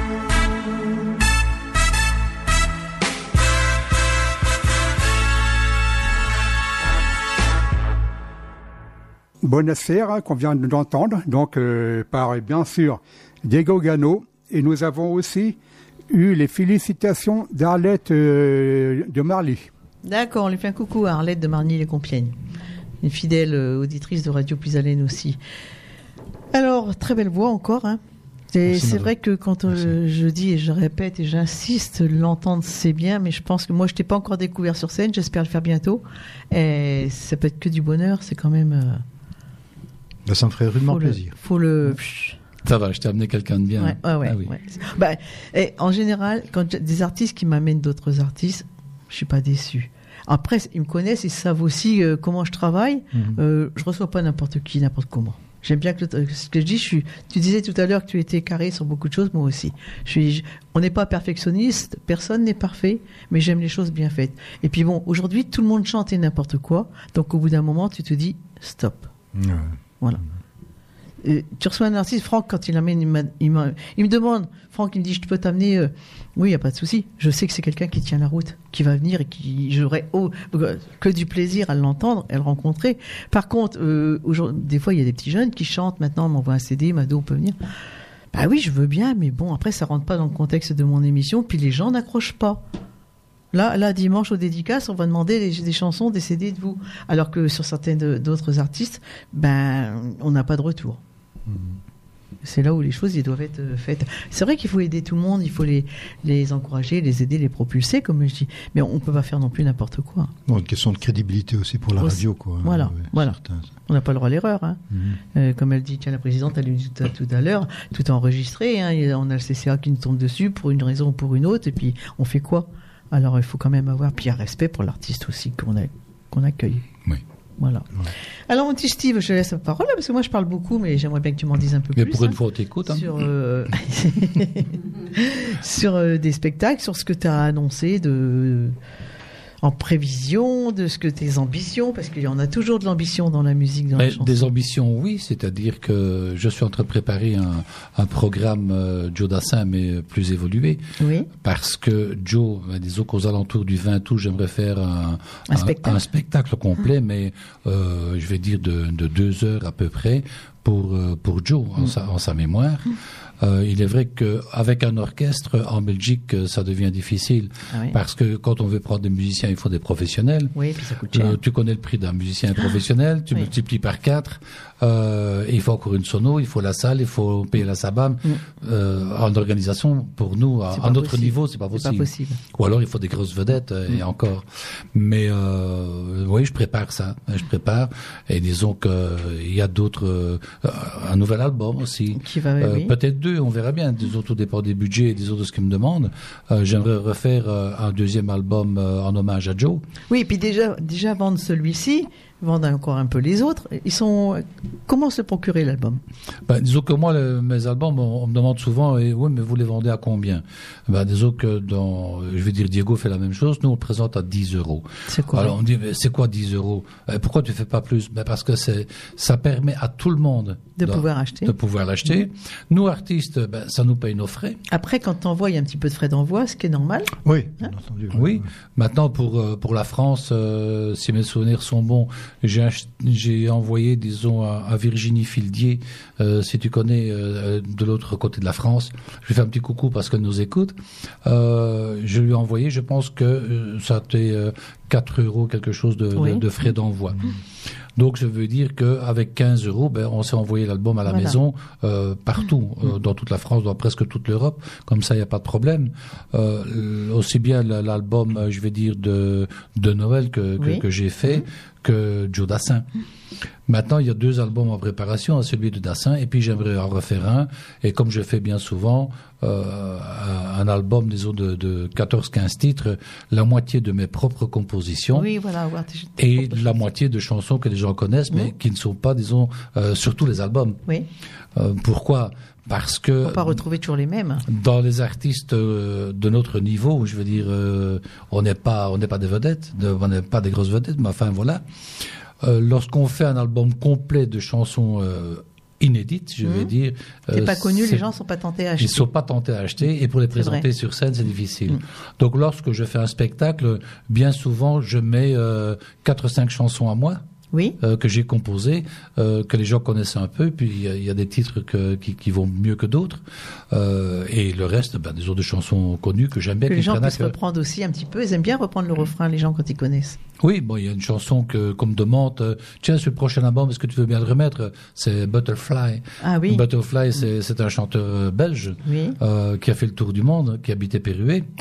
Buonasera qu'on vient d'entendre, donc euh, par bien sûr Diego Gano, et nous avons aussi eu les félicitations d'Arlette euh, de Marly. D'accord, on lui fait un coucou à Arlette de Marly-les-Compiègnes, une fidèle euh, auditrice de Radio Puisalène aussi. Alors, très belle voix encore. Hein. Et c'est vrai que quand euh, je dis et je répète et j'insiste, l'entendre c'est bien, mais je pense que moi je t'ai pas encore découvert sur scène, j'espère le faire bientôt. Et ça peut être que du bonheur, c'est quand même. Euh, ben, ça me ferait rudement faut plaisir. Le, faut le. Ça va, je t'ai amené quelqu'un de bien. Ouais, ouais, ouais, ah, oui. ouais. Bah, et en général, quand j'ai des artistes qui m'amènent d'autres artistes, je suis pas déçu. Après, ils me connaissent, ils savent aussi euh, comment je travaille. Mhm. Euh, je reçois pas n'importe qui, n'importe comment. J'aime bien que le- ce que je dis. Je suis. Tu disais tout à l'heure que tu étais carré sur beaucoup de choses, moi aussi. Je suis. je- on n'est pas perfectionniste, personne n'est parfait, mais j'aime les choses bien faites. Et puis bon, aujourd'hui, tout le monde chante et n'importe quoi. Donc au bout d'un moment, tu te dis stop. Ouais. Voilà. Euh, tu reçois un artiste, Franck, quand il amène, il, m'a- il, m'a- il me demande, Franck, il me dit, je peux t'amener, euh, oui, il n'y a pas de souci. Je sais que c'est quelqu'un qui tient la route, qui va venir et qui, j'aurai oh, que du plaisir à l'entendre et à le rencontrer. Par contre, euh, aujourd'hui, des fois, il y a des petits jeunes qui chantent, maintenant, on m'envoie un C D, Mado, on peut venir. Bah oui, je veux bien, mais bon, après, ça rentre pas dans le contexte de mon émission, puis les gens n'accrochent pas. Là, là, dimanche, aux dédicaces, on va demander des, des chansons, des C D de vous. Alors que sur certains de- d'autres artistes, ben, on n'a pas de retour. C'est là où les choses ils doivent être euh, faites. C'est vrai qu'il faut aider tout le monde, il faut les, les encourager, les aider, les propulser, comme je dis. Mais on ne peut pas faire non plus n'importe quoi. Bon, une question de crédibilité aussi pour la Aussi. radio, quoi. Voilà, Ouais, voilà. certain, ça. On n'a pas le droit à l'erreur. Hein. Mhm. Euh, comme elle dit, tiens, la présidente, elle l'a dit tout à, tout à l'heure, tout est enregistré. Hein, et on a le C C A qui nous tombe dessus pour une raison ou pour une autre. Et puis, on fait quoi? Alors, il faut quand même avoir puis un respect pour l'artiste aussi qu'on a, qu'on accueille. Oui. Voilà. Ouais. Alors, mon petit Steve, je te laisse la parole, parce que moi, je parle beaucoup, mais j'aimerais bien que tu m'en dises un peu Mais plus. pour une hein. fois, on t'écoute. Hein. Sur, euh, sur euh, des spectacles, sur ce que tu as annoncé de, en prévision, de ce que tes ambitions, parce qu'il y en a toujours de l'ambition dans la musique, dans la Mais chanson. des ambitions, oui, c'est-à-dire que je suis en train de préparer un, un programme euh, Joe Dassin, mais plus évolué, Oui, parce que Joe, ben, disons qu'aux alentours du vingt août, j'aimerais faire un, Un spectacle. un spectacle complet, mais euh, je vais dire de, de deux heures à peu près pour euh, pour Joe en, sa, en sa mémoire. Euh, il est vrai qu'avec un orchestre en Belgique, euh, ça devient difficile Ah oui. parce que quand on veut prendre des musiciens, il faut des professionnels. oui, puis ça coûte cher. Euh, tu connais le prix d'un musicien professionnel, tu Oui. multiplies par quatre, euh, et il faut encore une sono, il faut la salle, il faut payer la sabam. Mm. Euh, en organisation, pour nous, à, C'est à pas notre possible. niveau, c'est pas C'est possible. pas possible. Ou alors il faut des grosses vedettes, euh, et encore. Mais euh, oui, je prépare ça, je prépare, et disons que euh, il y a d'autres, euh, un nouvel album aussi. Qui va, Euh, oui. Peut-être deux, on verra bien. Des autres, au départ des budgets et des autres de ce qu'ils me demandent. Euh, J'aimerais refaire euh, un deuxième album euh, en hommage à Joe. Oui, et puis déjà, déjà vendre celui-ci, vendre encore un peu les autres. Ils sont. Comment se procurer l'album? Ben, disons que moi, le- mes albums, on, on me demande souvent, et, oui, mais vous les vendez à combien? Ben, disons que dans, je vais dire, Diego fait la même chose. Nous, on le présente à dix euros. C'est quoi? Alors, on dit, mais c'est quoi dix euros? Euh, Pourquoi tu fais pas plus? Ben, parce que c'est, ça permet à tout le monde De pouvoir acheter. de pouvoir l'acheter. Nous, artistes, ben, ça nous paye nos frais. Après, quand t'envoies, il y a un petit peu de frais d'envoi, ce qui est normal. Oui, Hein bien entendu. ouais, Oui. ouais. Maintenant, pour euh, pour la France, euh, si mes souvenirs sont bons, j'ai ach- j'ai envoyé, disons, à, à Virginie Fildier, euh, si tu connais, euh, de l'autre côté de la France. Je lui fais un petit coucou parce qu'elle nous écoute. Euh, je lui ai envoyé, je pense que euh, ça a été euh, quatre euros quelque chose de, Oui. de, de frais d'envoi. Donc, je veux dire qu'avec quinze euros, ben, on s'est envoyé l'album à la Voilà. maison euh, partout, euh, dans toute la France, dans presque toute l'Europe. Comme ça, il n'y a pas de problème. Euh, l- aussi bien l- l'album, euh, je vais dire, de, de Noël que, que, Oui. que j'ai fait, que Joe Dassin. Maintenant, il y a deux albums en préparation, hein, celui de Dassin, et puis j'aimerais en refaire un. Et comme je fais bien souvent, euh, un, un album, disons, de, de quatorze quinze titres, la moitié de mes propres compositions. Oui, voilà. avoir tes- Et la moitié de chansons que les gens connaissent, mais Mhm. qui ne sont pas, disons, euh, sur tous les albums. Oui. Euh, pourquoi? Parce que On va pas retrouver toujours les mêmes. dans les artistes euh, de notre niveau, je veux dire, euh, on n'est pas, on n'est pas des vedettes, de- on n'est pas des grosses vedettes, mais enfin voilà. Euh, lorsqu'on fait un album complet de chansons euh, inédites, je vais Mhm. dire, T'es euh, pas connu, c'est- les gens sont pas tentés à acheter. ils ne sont pas tentés à acheter, et pour les C'est vrai. présenter sur scène, c'est difficile. Mm. Donc, lorsque je fais un spectacle, bien souvent, je mets euh, quatre cinq chansons à moi. Oui. Euh, que j'ai composé, euh, que les gens connaissent un peu, puis il y a, il y a des titres que, qui, qui vont mieux que d'autres, euh, et le reste, ben, des autres chansons connues que j'aime bien. Que les qui gens prennent à puissent cœur. reprendre aussi un petit peu. Ils aiment bien reprendre le refrain, les gens, quand ils connaissent. Oui, bon, il y a une chanson que qu'on me demande, euh, tiens, sur le prochain album, est-ce que tu veux bien le remettre? C'est Butterfly. Ah oui. Butterfly, c'est c'est un chanteur euh, belge Oui. euh, qui a fait le tour du monde, qui habitait Pérué.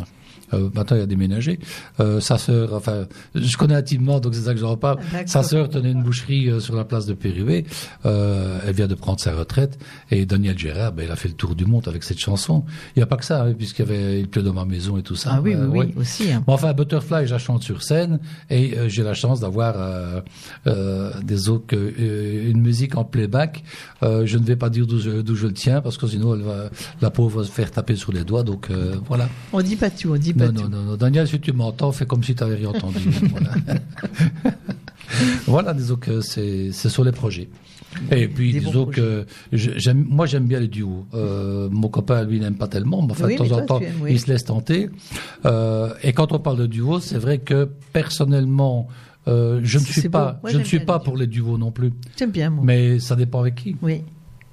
Euh, maintenant, il a déménagé. Euh, sa sœur, enfin, je connais intimement, donc c'est ça que j'en parle. D'accord. Sa sœur tenait une boucherie euh, sur la place de Péruvée. Euh, elle vient de prendre sa retraite. Et Daniel Gérard, ben, il a fait le tour du monde avec cette chanson. Il n'y a pas que ça, hein, puisqu'il y avait Il pleut dans ma maison et tout ça. Ah oui, Euh, oui, ouais. oui, aussi. Hein. Bon, enfin, Butterfly, je la chante sur scène et euh, j'ai la chance d'avoir euh, euh, des autres, euh, une musique en playback. Euh, je ne vais pas dire d'où je, d'où je le tiens parce que sinon elle va, la pauvre va se faire taper sur les doigts. Donc euh, voilà. On dit pas tout, on dit pas Non, tout. non, non, non. Daniel, si tu m'entends, fais comme si tu n'avais rien entendu. Voilà. Voilà, disons que c'est, c'est sur les projets. Et puis, Des disons bons que je- j'aime, moi, j'aime bien les duos. Euh, mon copain, lui, n'aime pas tellement, mais enfin, Oui, de mais temps en toi, temps, tu aimes, oui. il se laisse tenter. Euh, et quand on parle de duo, c'est vrai que personnellement, euh, je ne C'est- suis c'est pas, beau. Moi, je ne j'aime suis bien pas les pour les duos non plus. J'aime bien, moi. Mais ça dépend avec qui. Oui.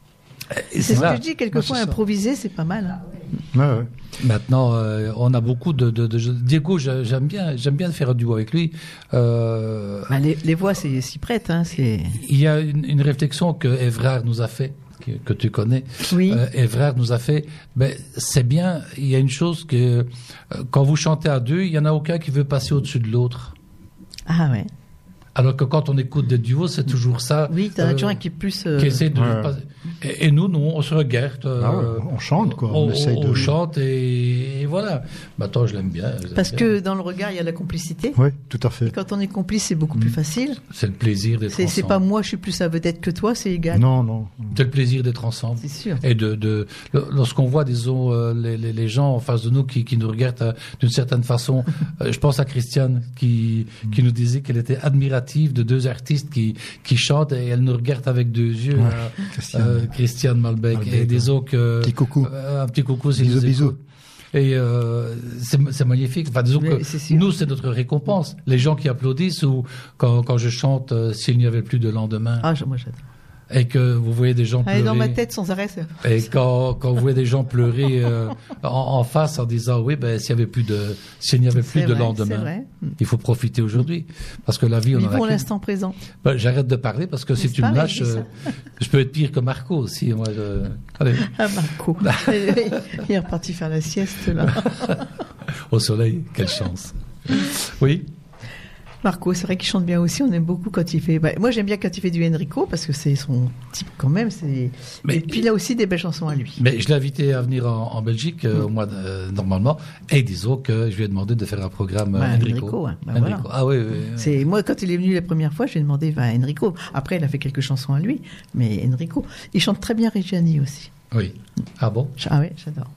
Et C'est ce ça. que je dis, quelquefois, Moi, c'est ça. improviser, c'est pas mal. Hein. Ouais, ouais. Maintenant, euh, on a beaucoup de, de, de Diego, j'a- j'aime bien, j'aime bien faire un duo avec lui. Euh, Bah, les, les voix, c'est s'y prête. Hein, c'est... il y a une, une réflexion que Evrard nous a fait, que, que tu connais. Oui. Euh, Evrard nous a fait. Ben, c'est bien. Il y a une chose que euh, quand vous chantez à deux, il y en a aucun qui veut passer au-dessus de l'autre. Ah ouais. Alors que quand on écoute des duos, c'est toujours ça. Oui, t'en as euh, toujours un qui est plus... euh, qui essaie de Ouais. passer. Et, et nous, non, on se regarde. euh, Ah ouais, on chante, quoi. On, On essaye on de- chante et, et voilà. Maintenant, je l'aime bien. je l'aime Parce bien. que dans le regard, il y a la complicité. Oui, tout à Et fait. quand on est complice, c'est beaucoup plus facile. C'est le plaisir d'être C'est, c'est ensemble. pas moi, je suis plus à vedette que toi, c'est égal. Non, non. C'est le plaisir d'être ensemble. C'est sûr. Et de, de lorsqu'on voit, disons, euh, les, les, les gens en face de nous qui, qui nous regardent euh, d'une certaine façon, euh, je pense à Christiane qui, qui nous disait qu'elle était admirative de deux artistes qui, qui chantent et elle nous regarde avec deux yeux. Ouais, euh, Christiane. euh, Christiane Malbec. Malbec, et disons que Petit coucou. euh, un petit coucou, c'est Bisous, bisous. Et euh, c'est, c'est magnifique. Enfin, disons Mais que c'est sûr. nous, c'est notre récompense. Les gens qui applaudissent ou quand, quand je chante euh, S'il n'y avait plus de lendemain Ah, je- moi j'adore. et que vous voyez des gens Elle est pleurer. dans ma tête sans arrêt. ça. Et quand, quand vous voyez des gens pleurer euh, en, en face en disant oui, ben s'il y avait plus de, s'il n'y avait plus C'est de vrai, c'est lendemain, vrai. il faut profiter aujourd'hui parce que la vie on en a Vivons qu'une. l'instant présent. Ben, j'arrête de parler parce que si C'est tu me pareil, lâches, je dis euh, je peux être pire que Marco aussi. Moi, je... Allez, Ah, Marco. Il est reparti faire la sieste, là. au soleil, quelle chance. Oui. Marco, c'est vrai qu'il chante bien aussi. On aime beaucoup quand il fait. Bah, moi, j'aime bien quand il fait du Enrico parce que c'est son type quand même. C'est... Mais- Et puis, il a aussi des belles chansons à lui. Mais je l'ai invité à venir en, en Belgique euh, au mois de, euh, normalement. Et disons que je lui ai demandé de faire un programme euh, Bah, Enrico. Enrico, hein. Bah, Enrico. voilà. Ah oui, oui, oui. C'est moi quand il est venu la première fois, je lui ai demandé va Enrico. Après, il a fait quelques chansons à lui, mais Enrico, il chante très bien Reggiani aussi. Oui. Ah bon. Ah ouais, j'adore.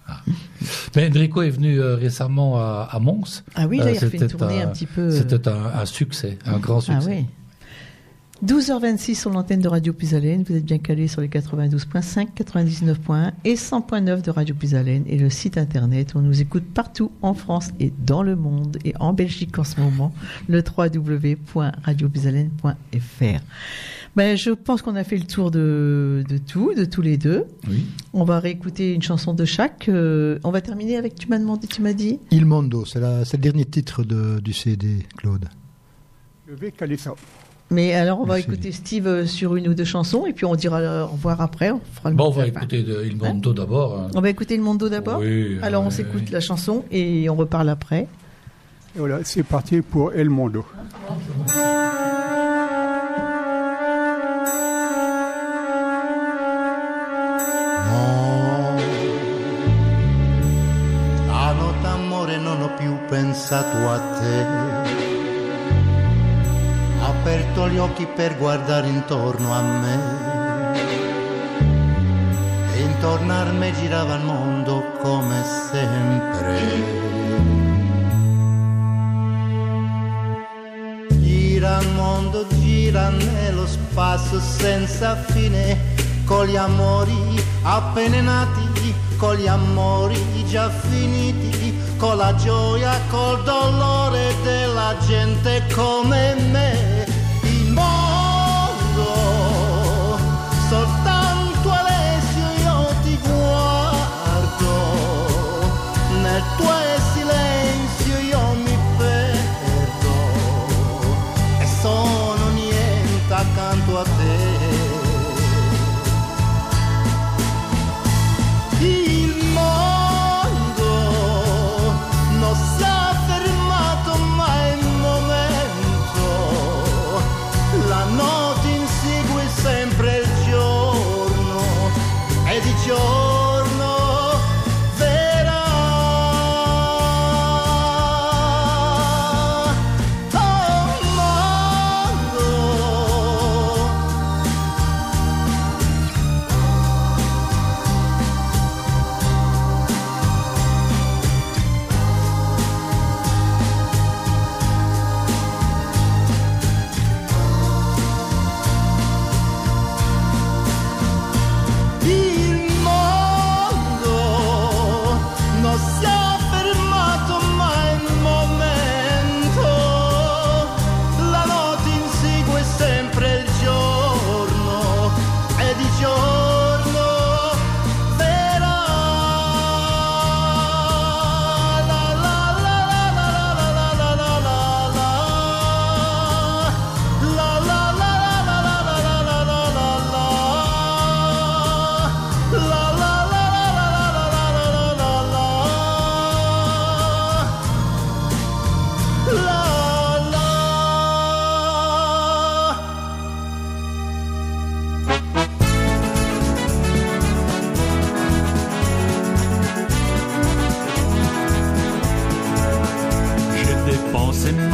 Mais Enrico est venu euh, récemment à, à Mons. Ah oui, là, Euh, il a fait une c'était tournée un petit peu. euh, C'était un, un succès, un grand Ah succès. oui. douze heures vingt-six sur l'antenne de Radio Puisalène. Vous êtes bien calés sur les quatre-vingt-douze virgule cinq, quatre-vingt-dix-neuf virgule un et cent virgule neuf de Radio Puisalène et le site internet. On nous écoute partout en France et dans le monde et en Belgique en ce moment, le w w w point radio puisalène point f r. Ben, je pense qu'on a fait le tour de, de tout, de tous les deux. Oui. On va réécouter une chanson de chaque. Euh, on va terminer avec, tu m'as demandé, tu m'as dit Il Mondo, c'est, la, c'est le dernier titre de, du C D, Claude. Je vais caler ça. Mais alors, on va Merci. écouter Steve euh, sur une ou deux chansons et puis on dira euh, au revoir après. On, fera le Bon, on mot va de la fin. écouter de Il Mondo d'abord. hein. On va écouter le Mondo d'abord. Oui, Alors, on ouais, s'écoute oui. la chanson et on reparle après. Et voilà, c'est parti pour El Mondo. No, stanotte amore non ho più pensato a te. Ho aperto gli occhi per guardare intorno a me. E intorno a me girava il mondo come sempre. Gira il mondo, gira nello spazio senza fine, con gli amori appena nati, con gli amori già finiti, con la gioia, col dolore della gente come me. Il mondo, soltanto Alessio io ti guardo, nel tuo silenzio io mi perdo e sono niente accanto a te. Il mondo non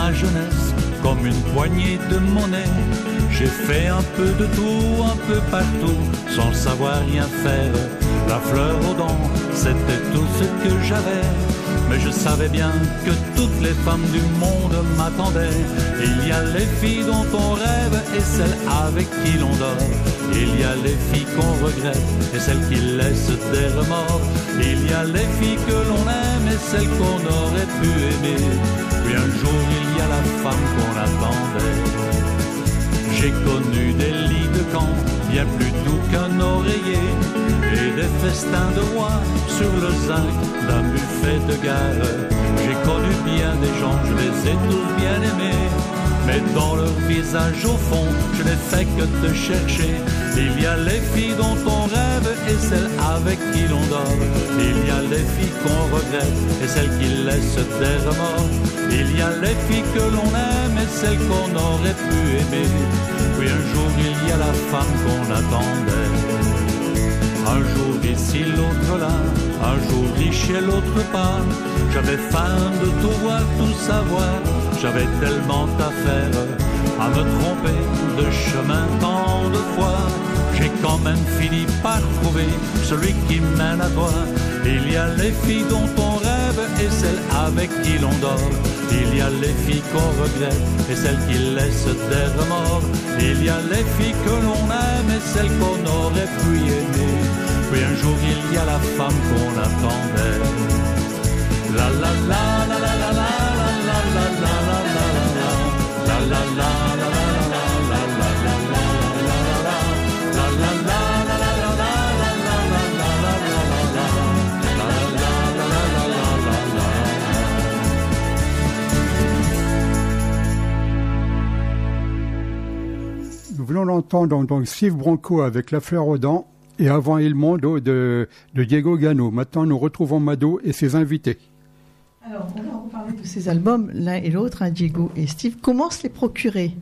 ma jeunesse comme une poignée de monnaie. J'ai fait un peu de tout, un peu partout, sans savoir rien faire. La fleur aux dents, c'était tout ce que j'avais. Mais je savais bien que toutes les femmes du monde m'attendaient. Il y a les filles dont on rêve et celles avec qui l'on dort. Il y a les filles qu'on regrette et celles qui laissent des remords. Il y a les filles que l'on aime et celles qu'on aurait pu aimer. Puis un jour il y a la femme qu'on attendait. J'ai connu des lits de camp, bien plus doux qu'un oreiller, et des festins de roi sur le zinc d'un buffet de gare. J'ai connu bien des gens, je les ai tous bien aimés, mais dans leur visage au fond, je n'ai fait que te chercher. Il y a les filles dont on rêve et celles avec qui l'on dort. Il y a les filles qu'on regrette et celles qui laissent des remords. Il y a les filles que l'on aime et celles qu'on aurait pu aimer. Puis un jour il y a la femme qu'on attendait. Un jour ici, l'autre là, un jour riche et l'autre pas. J'avais faim de tout voir, tout savoir. J'avais tellement à faire, à me tromper de chemin tant de fois. J'ai quand même fini par trouver celui qui mène à toi. Il y a les filles dont on rêve et celles avec qui l'on dort. Il y a les filles qu'on regrette et celles qui laissent des remords. Il y a les filles que l'on aime et celles qu'on aurait pu aimer. Puis un jour il y a la femme qu'on attendait. La la la la la la la la la la la la la la la la. Nous venons d'entendre donc Steve Branco avec La Fleur aux dents et avant Il Mondo de, de Diego Gano. Maintenant, nous retrouvons Mado et ses invités. Alors, on va reparler de ces albums, l'un et l'autre, hein, Diego et Steve. Comment se les procurer?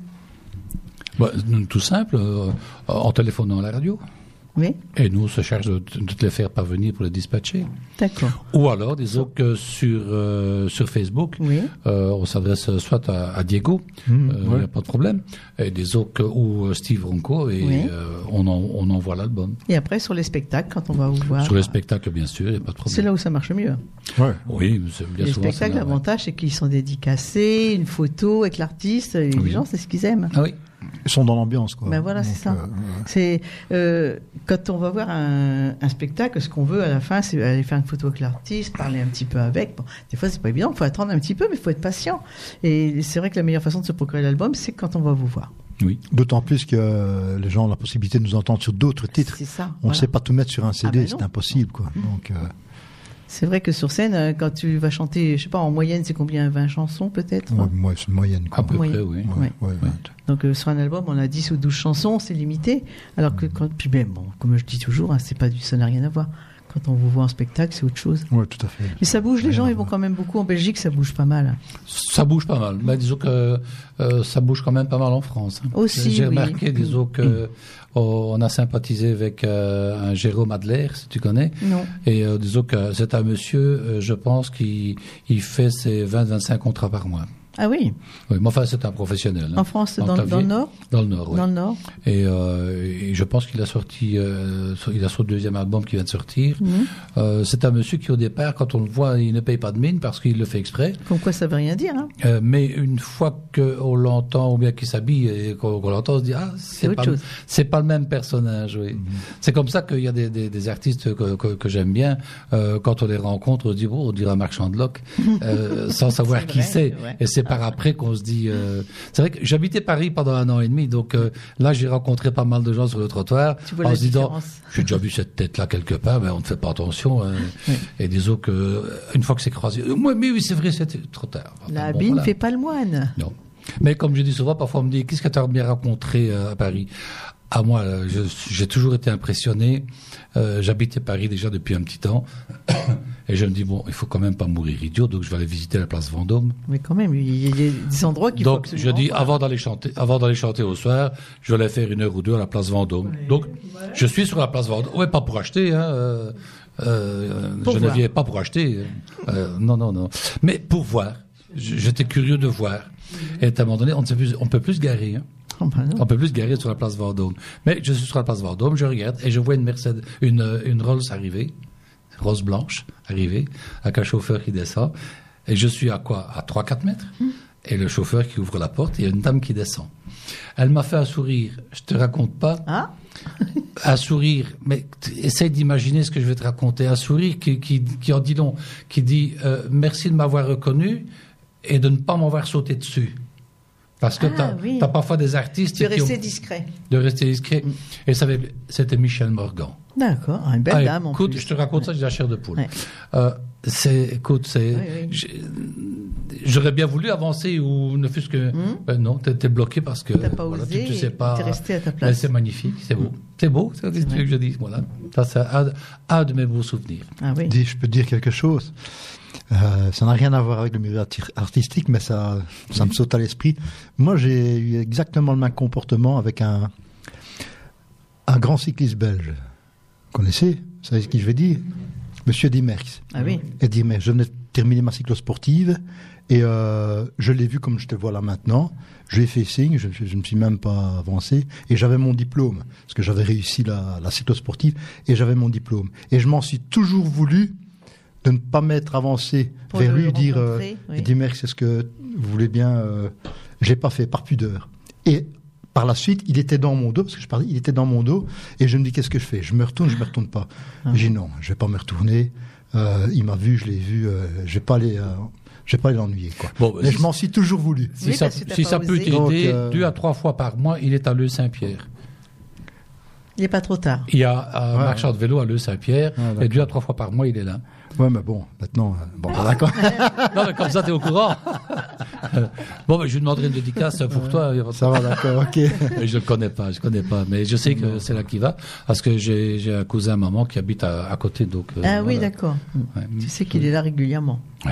Bah, tout simple, euh, en téléphonant à la radio. Oui. Et nous, on se charge de, de te les faire parvenir pour les dispatcher. D'accord. Ou alors, disons que sur, euh, sur Facebook, oui. euh, on s'adresse soit à, à Diego, il mmh, n'y euh, ouais. a pas de problème, et disons que, ou Steve Branco, et oui. euh, on, en, on envoie l'album. Et après, sur les spectacles, quand on va vous voir. Sur les spectacles, bien sûr, il n'y a pas de problème. C'est là où ça marche mieux. Ouais. Oui, c'est bien les souvent. Les spectacles, l'avantage, ouais. c'est qu'ils sont dédicacés, une photo avec l'artiste, et oui. les gens, c'est ce qu'ils aiment. Ah oui. Ils sont dans l'ambiance, quoi. Ben voilà, donc, c'est ça. Euh, ouais. C'est euh, quand on va voir un, un spectacle, ce qu'on veut à la fin, c'est aller faire une photo avec l'artiste, parler un petit peu avec. Bon, des fois, c'est pas évident. Il faut attendre un petit peu, mais il faut être patient. Et c'est vrai que la meilleure façon de se procurer l'album, c'est quand on va vous voir. Oui. D'autant plus que les gens ont la possibilité de nous entendre sur d'autres titres. C'est ça. On ne voilà. sait pas tout mettre sur un C D, ah ben c'est impossible, quoi. Mmh. Donc. Euh, C'est vrai que sur scène, quand tu vas chanter, je sais pas, en moyenne, c'est combien, vingt chansons peut-être? Ouais, ouais, c'est une moyenne. À peu oui. près, oui. Ouais. Ouais, ouais. Donc euh, sur un album, on a dix ou douze chansons, c'est limité. Alors que, quand, puis ben, bon, comme je dis toujours, hein, c'est pas du, ça n'a rien à voir. Quand on vous voit en spectacle, c'est autre chose. Oui, tout à fait. Mais ça bouge, les rien gens, ils vont quand même beaucoup. En Belgique, ça bouge pas mal. Ça bouge pas mal. Mais disons que euh, ça bouge quand même pas mal en France. Hein. Aussi, J'ai oui. remarqué, disons que mmh. oh, on a sympathisé avec euh, un Jérôme Adler, si tu connais. Non. Et euh, disons que c'est un monsieur, euh, je pense, qui il fait ses vingt à vingt-cinq contrats par mois. Ah oui. Oui, mais enfin, c'est un professionnel. En France, dans, dans, dans le Nord. Dans le Nord, oui. Dans le Nord. Et, euh, et je pense qu'il a sorti, euh, il a son deuxième album qui vient de sortir. Mmh. Euh, c'est un monsieur qui, au départ, quand on le voit, il ne paye pas de mine parce qu'il le fait exprès. Comme quoi, ça veut rien dire. Hein. Euh, mais une fois qu'on l'entend, ou bien qu'il s'habille et qu'on, qu'on l'entend, on se dit ah, c'est, c'est pas, chose. c'est pas le même personnage. Oui. Mmh. C'est comme ça qu'il y a des, des, des artistes que, que, que j'aime bien. Euh, quand on les rencontre, on se dit bon, on dirait un marchand de loc, euh, sans savoir qui vrai, c'est. Ouais. Et c'est par après qu'on se dit. Euh, c'est vrai que j'habitais Paris pendant un an et demi, donc euh, là j'ai rencontré pas mal de gens sur le trottoir en se disant j'ai déjà vu cette tête là quelque part, mais on ne fait pas attention. Hein. Oui. Et disons que une fois que c'est croisé, moi mais oui c'est vrai c'était trop tard. Enfin, la bon, bine ne voilà. fait pas le moine. Non. Mais comme je dis souvent, parfois on me dit qu'est-ce que tu as bien rencontré euh, à Paris? À moi, je, j'ai toujours été impressionné. Euh, j'habitais Paris déjà depuis un petit temps. Et je me dis, bon, il faut quand même pas mourir idiot, donc je vais aller visiter la place Vendôme. Mais quand même, il y a des endroits qu'il donc, faut je dis, voir. avant d'aller chanter, avant d'aller chanter au soir, je vais aller faire une heure ou deux à la place Vendôme. Ouais. Donc, ouais. je suis sur la place Vendôme. Ouais, pas pour acheter, hein. Euh, euh, pour je voir. ne viens pas pour acheter. Euh, non, non, non. Mais pour voir. J'étais curieux de voir. Et à un moment donné, on ne sait plus, on peut plus se garer. Hein. Oh, ben non. On peut plus se garer sur la place Vendôme. Mais je suis sur la place Vendôme, je regarde et je vois une Mercedes, une, une Rolls arriver, Rose blanche arriver, avec un chauffeur qui descend. Et je suis à quoi? À trois quatre mètres. Mmh. Et le chauffeur qui ouvre la porte, il y a une dame qui descend. Elle m'a fait un sourire, je te raconte pas. Ah un sourire, mais essaye d'imaginer ce que je vais te raconter. Un sourire qui, qui, qui en dit long, qui dit euh, merci de m'avoir reconnu et de ne pas m'avoir sauté dessus. Parce que ah, tu as oui. parfois des artistes... De rester ont, discret. De rester discret. Mm. Et ça, c'était Michel Morgan. D'accord, une belle ah, dame en écoute, plus. Je te raconte ouais. ça, j'ai la chair de poule. Ouais. Euh, c'est, écoute, c'est... Oui, oui. J'aurais bien voulu avancer ou ne fût-ce que... Mm. Ben non, tu étais bloqué parce que... T'as pas voilà, osé, tu, tu sais pas, t'es resté à ta place. Ben, c'est magnifique, c'est beau. C'est beau, c'est ce que je dis. Voilà. Ça, c'est un, un de mes beaux souvenirs. Ah, oui. Dis, je peux te dire quelque chose. Euh, ça n'a rien à voir avec le milieu artistique, mais ça, ça me saute à l'esprit. Moi, j'ai eu exactement le même comportement avec un, un grand cycliste belge. Vous connaissez? Vous savez ce que je vais dire? Monsieur Dimerckx. Ah oui. Et Dimerckx. Je venais de terminer ma cyclosportive et euh, je l'ai vu comme je te vois là maintenant. Je lui ai fait signe, je ne me suis même pas avancé et j'avais mon diplôme parce que j'avais réussi la, la cyclosportive et j'avais mon diplôme. Et je m'en suis toujours voulu de ne pas m'être avancé pour vers lui et dire euh, oui. Dimerckx, est-ce que vous voulez bien euh, je l'ai pas fait par pudeur. Et par la suite, il était dans mon dos, parce que je parlais, il était dans mon dos, et je me dis, qu'est-ce que je fais? Je me retourne, je me retourne pas. Ah. J'ai dit non, je vais pas me retourner. Euh, il m'a vu, je l'ai vu, euh, je vais pas aller, euh, je vais pas aller l'ennuyer, quoi. Bon, mais si je m'en suis toujours voulu. Si oui, ça, si ça peut t'aider, euh... deux à trois fois par mois, il est à Leu Saint-Pierre. Il n'est pas trop tard. Il y a un ouais, marchand ouais. de vélo à Leu Saint-Pierre, ah, et deux à trois fois par mois, il est là. Ouais, mais bon, maintenant, euh, bon, ah. d'accord. Non, mais comme ça, t'es au courant. Bon, mais je lui demanderai une dédicace pour euh, toi. Ça va, d'accord, ok. Je le connais pas, je connais pas, mais je sais que c'est là qu'il va, parce que j'ai, j'ai un cousin, maman, qui habite à, à côté, donc. Euh, ah voilà. oui, d'accord. Ouais. Tu sais qu'il est là régulièrement. Oui.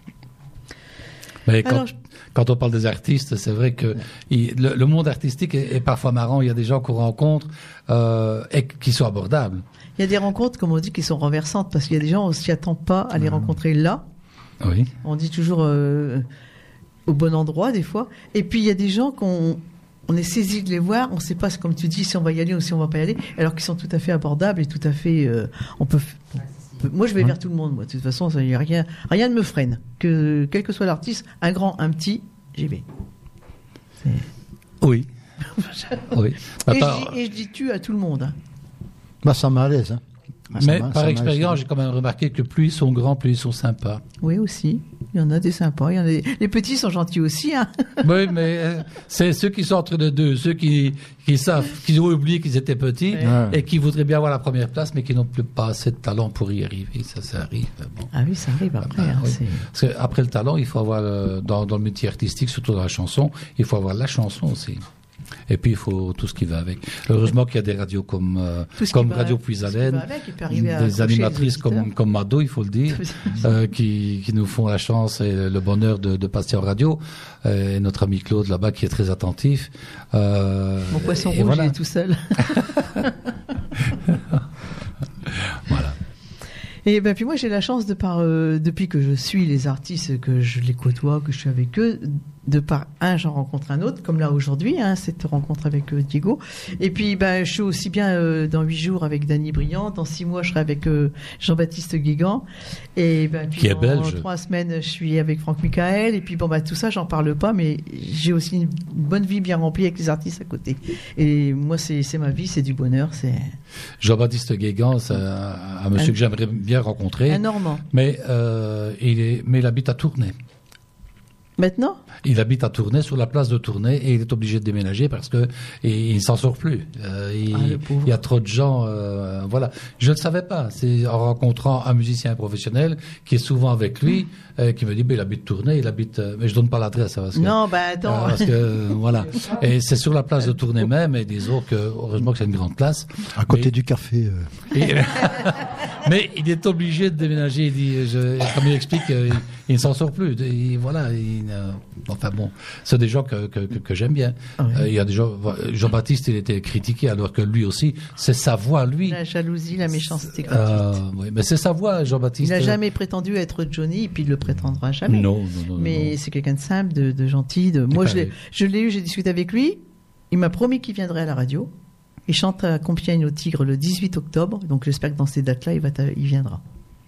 Mais quand, Alors, je... quand on parle des artistes, c'est vrai que il, le, le monde artistique est, est parfois marrant. Il y a des gens qu'on rencontre euh, et qui sont abordables. Il y a des rencontres, comme on dit, qui sont renversantes, parce qu'il y a des gens, on s'y attend pas à les mmh. rencontrer là. Oui. On dit toujours euh, au bon endroit, des fois. Et puis, il y a des gens qu'on on est saisi de les voir, on ne sait pas, comme tu dis, si on va y aller ou si on va pas y aller, alors qu'ils sont tout à fait abordables et tout à fait... Euh, on peut... On peut moi, je vais vers tout le monde, moi. De toute façon, ça, y a rien, rien ne me freine. Que, quel que soit l'artiste, un grand, un petit, j'y vais. C'est... Oui. oui. Et, je dis, et je dis tu à tout le monde. Hein. Bah, ça m'allaise, hein. Ah, mais par expérience, j'ai quand même remarqué que plus ils sont grands, plus ils sont sympas. Oui, aussi. Il y en a des sympas. Il y en a des... Les petits sont gentils aussi. Hein. Oui, mais euh, c'est ceux qui sont entre les deux, ceux qui, qui savent, qui ont oublié qu'ils étaient petits ouais. et qui voudraient bien avoir la première place, mais qui n'ont plus pas assez de talent pour y arriver. Ça, ça arrive. Bon. Ah oui, ça arrive après. Ah, hein, oui. c'est... Parce qu'après le talent, il faut avoir, euh, dans, dans le métier artistique, surtout dans la chanson, il faut avoir la chanson aussi. Et puis il faut tout ce qui va avec. Heureusement qu'il y a des radios comme euh, comme Radio Puisalène, des animatrices comme comme Mado, il faut le dire, euh, qui qui nous font la chance et le bonheur de, de passer en radio. Euh, et notre ami Claude là-bas qui est très attentif. Euh, Mon poisson rouge, voilà. Il est tout seul. Voilà. Et ben puis moi j'ai la chance de par euh, depuis que je suis les artistes, que je les côtoie, que je suis avec eux, de par un j'en rencontre un autre, comme là aujourd'hui, hein, cette rencontre avec euh, Diego. Et puis ben je suis aussi bien euh, dans huit jours avec Dany Briand, dans six mois je serai avec euh, Jean-Baptiste Guégan, et ben puis qui est dans belge. trois semaines je suis avec Franck Michael. Et puis bon ben tout ça j'en parle pas, mais j'ai aussi une bonne vie bien remplie avec les artistes à côté. Et moi c'est c'est ma vie, c'est du bonheur, c'est. Jean-Baptiste Guégan, c'est un, un monsieur un... que j'aimerais bien rencontrer. Un Normand. Mais euh, il est, mais il habite à Tournai. Maintenant ? Il habite à Tournai, sur la place de Tournai, et il est obligé de déménager parce que et, il ne s'en sort plus. Euh, il, ah, il y a trop de gens. Euh, voilà. Je ne le savais pas. C'est en rencontrant un musicien professionnel qui est souvent avec lui, mmh. euh, qui me dit, bah, il habite Tournai, il habite. Euh, mais je donne pas l'adresse. Parce que, non, bah attends. Euh, parce que euh, voilà. Et c'est sur la place de Tournai même. Et disons que heureusement que c'est une grande place. À côté mais, du café. Euh. Et, mais il est obligé de déménager. Il dit, je, comme il explique. Euh, il ne s'en sort plus. Et voilà. Il, euh, enfin bon, c'est des gens que, que, que, que j'aime bien. Ah oui. euh, il y a des gens. Jean-Baptiste, il était critiqué, alors que lui aussi, c'est sa voix, lui. La jalousie, la méchanceté gratuite. Euh, oui, mais c'est sa voix, Jean-Baptiste. Il n'a jamais prétendu être Johnny, et puis il le prétendra jamais. Non, non, non. Mais non. c'est quelqu'un de simple, de, de gentil. De... Moi, pas je l'ai, lui. je l'ai eu, j'ai discuté avec lui. Il m'a promis qu'il viendrait à la radio. Il chante à Compiègne au Tigre le dix-huit octobre. Donc j'espère que dans ces dates-là, il, va t'a- il viendra.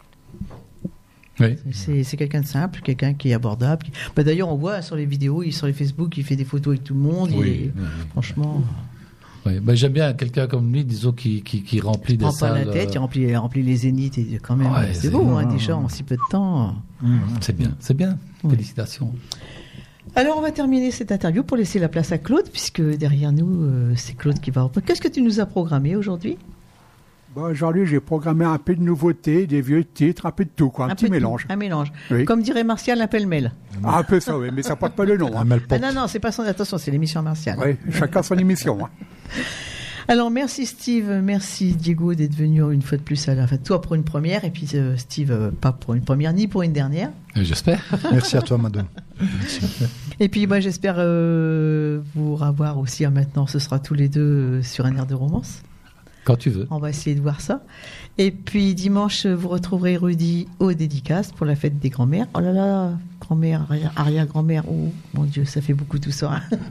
Oui. C'est, c'est quelqu'un de simple, quelqu'un qui est abordable. qui- Bah, d'ailleurs, on voit sur les vidéos, il, sur les Facebook, il fait des photos avec tout le monde. Oui, il est- oui, oui. Franchement, Oui, ben, j'aime bien quelqu'un comme lui, disons, qui, qui, qui remplit il des prend pas salles. la tête, euh, il remplit, il remplit les zéniths. Et quand même, Ouais, c'est, c'est beau, bon, hein, hein, déjà, ouais. en si peu de temps. C'est bien, c'est bien. Oui. Félicitations. Alors, on va terminer cette interview pour laisser la place à Claude, puisque derrière nous, euh, c'est Claude qui va reprendre. Qu'est-ce que tu nous as programmé aujourd'hui? Bon, aujourd'hui, j'ai programmé un peu de nouveautés, des vieux titres, un peu de tout, quoi, un, Un petit peu de mélange. tout, Un mélange. Oui. Comme dirait Martial, un pêle-mêle. Ah, un peu ça, oui, mais ça porte pas le nom. Un Hein. melpot. Ah non, non, c'est pas son. Attention, c'est l'émission Martial. Oui, chacun son émission. Hein. Alors, merci Steve, merci Diego d'être venu une fois de plus à la fin. Toi pour une première, et puis euh, Steve, euh, pas pour une première ni pour une dernière. Euh, J'espère. Merci à toi, Mado. Et puis, moi, j'espère euh, vous revoir aussi hein, maintenant. Ce sera tous les deux euh, sur un air de romance. Quand tu veux. On va essayer de voir ça. Et puis, dimanche, vous retrouverez Rudy au dédicace pour la fête des grands-mères. Oh là là, grand-mère, arri- arrière-grand-mère. Oh mon Dieu, ça fait beaucoup tout ça. hein.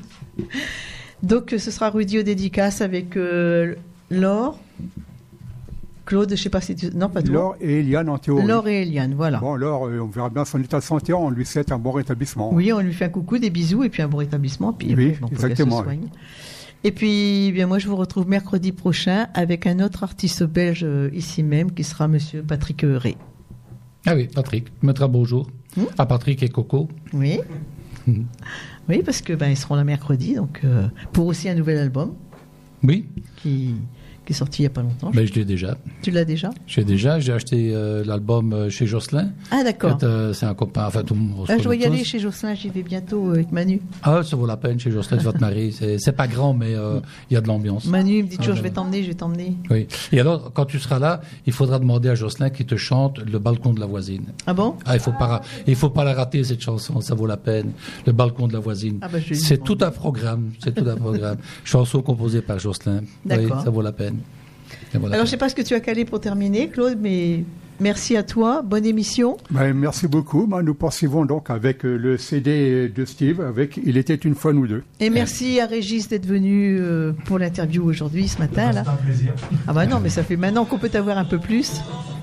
Donc, ce sera Rudy au dédicace avec euh, Laure, Claude, je sais pas si tu... Non, pas toi. Laure et Eliane en théorie. Laure et Eliane, voilà. Bon, Laure, euh, on verra bien son état de santé, on lui souhaite un bon rétablissement. Oui, on lui fait un coucou, des bisous et puis un bon rétablissement. Puis Oui, après, donc, exactement, elle se soigne. Et puis, bien, moi, je vous retrouve mercredi prochain avec un autre artiste belge euh, ici même, qui sera Monsieur Patrick Ré. Ah oui, Patrick. Mettra bonjour Hmm. à Patrick et Coco. Oui. Oui, parce que ben ils seront là mercredi, donc euh, pour aussi un nouvel album Oui, qui, qui est sorti il y a pas longtemps. mais je l'ai déjà. Tu l'as déjà? J'ai déjà, j'ai acheté euh, l'album euh, chez Jocelyn. Ah d'accord. C'est, euh, c'est un copain, enfin tout le monde. on se Ah, je dois connaît y aller tous. chez Jocelyn, j'y vais bientôt euh, avec Manu. Ah, ça vaut la peine chez Jocelyn, tu vas te marier. C'est, c'est pas grand, mais euh, il y a de l'ambiance. Manu il me dit toujours Ah, je vais ouais. t'emmener, je vais t'emmener. Oui. Et alors, quand tu seras là, il faudra demander à Jocelyn qu'il te chante Le balcon de la voisine. Ah bon? Ah, il faut pas, ra- il faut pas la rater cette chanson, ça vaut la peine. Le balcon de la voisine. Ah bah, je vais lui c'est demander. tout un programme, c'est tout un programme. Chanson composée par Jocelyn. D'accord. Oui, ça vaut la peine. Ça vaut la Alors je peine. sais pas ce que tu as calé pour terminer, Claude, mais merci à toi, bonne émission. Ben, merci beaucoup. Ben, nous poursuivons donc avec euh, le C D de Steve, avec Il était une fois nous deux. Et merci à Régis d'être venu euh, pour l'interview aujourd'hui, ce matin. Là. C'est un plaisir. Ah bah non, mais ça fait maintenant qu'on peut t'avoir un peu plus.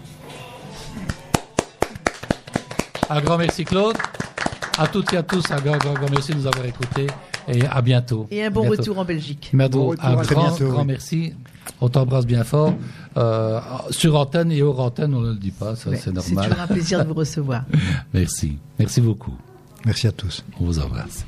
Un grand merci Claude. À toutes et à tous, un grand, grand, grand merci de nous avoir écoutés. Et à bientôt. Et un bon Bientôt. retour en Belgique. Mado, Bon retour, un à très grand, bientôt, grand oui. merci. On t'embrasse bien fort. Euh, sur antenne et hors antenne, on ne le dit pas, ça Ouais, c'est c'est normal. toujours un plaisir de vous recevoir. Merci. Merci beaucoup. Merci à tous. On vous embrasse.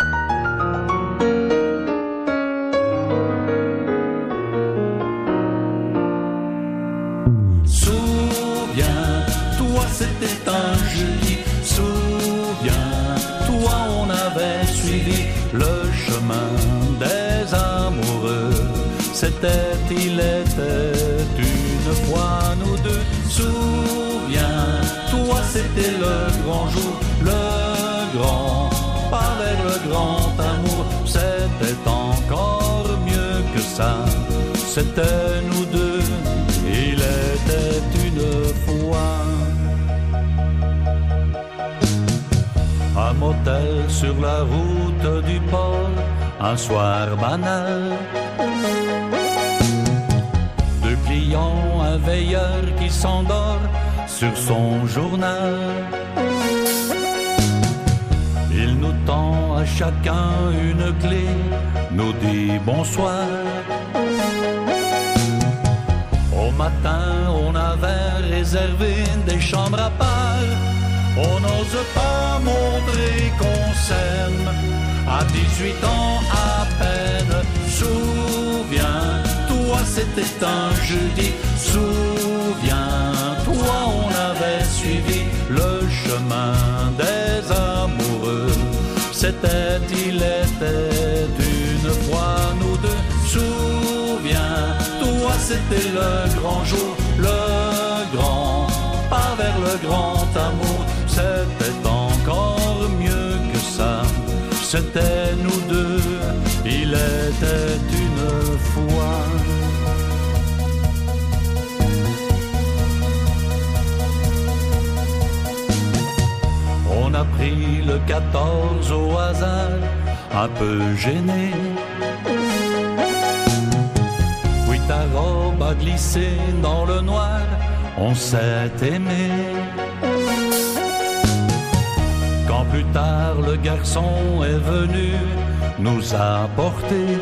Souviens-toi, c'était un jeudi. Souviens-toi, on avait suivi le chemin des amoureux. C'était, il était une fois nous deux. Souviens-toi, c'était le grand jour, le grand pas vers le grand amour. C'était encore mieux que ça. C'était nous deux. Il était une fois un motel sur la route du port, un soir banal. Deux clients, un veilleur qui s'endort sur son journal. Il nous tend à chacun une clé, nous dit bonsoir. Au matin, on avait réservé des chambres à part. On n'ose pas montrer qu'on s'aime. À dix-huit ans à peine. Souviens-toi, c'était un jeudi. Souviens-toi, on avait suivi le chemin des amoureux. C'était, il était une fois nous deux. Souviens-toi, c'était le grand jour, le grand pas vers le grand amour. c'était encore mieux que ça. C'était nous deux, il était une fois. On a pris le quatorze au hasard, un peu gêné. Puis ta robe a glissé dans le noir, on s'est aimé. Quand plus tard le garçon est venu nous apporter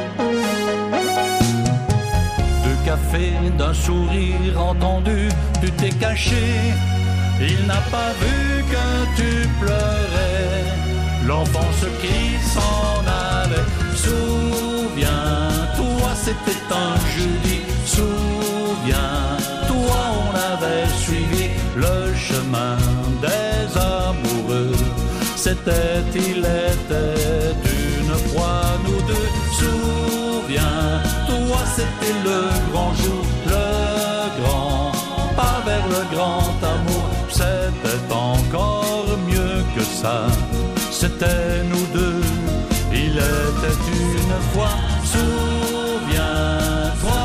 deux cafés, d'un sourire entendu, tu t'es caché. Il n'a pas vu que tu pleurais, l'enfance qui s'en allait. Souviens-toi, c'était un jeudi. Souviens-toi, on avait suivi le chemin des amoureux. C'était, il était une fois nous deux. Souviens-toi, c'était le grand jour, le grand pas vers le grand amour. C'était encore mieux que ça. C'était nous deux, il était une fois. Souviens-toi,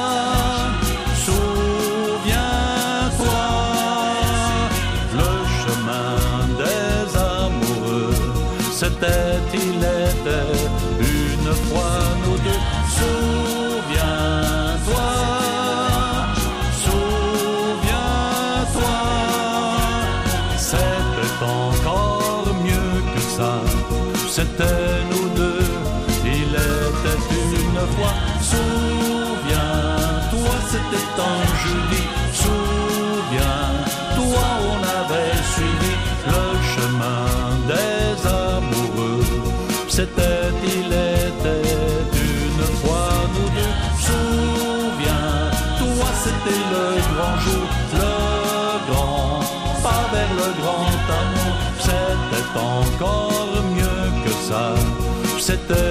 souviens-toi, le chemin des amoureux. C'était, il était une fois nous deux. Souviens-toi, souviens-toi, c'était encore mieux que ça. C'était nous deux, il était une fois. Souviens-toi, c'était un jeudi. Souviens-toi, on avait suivi le chemin des amoureux. C'était, il était une fois nous deux. Souviens-toi, c'était le grand jour, le grand pas vers le grand amour. C'était encore mieux que ça. C'était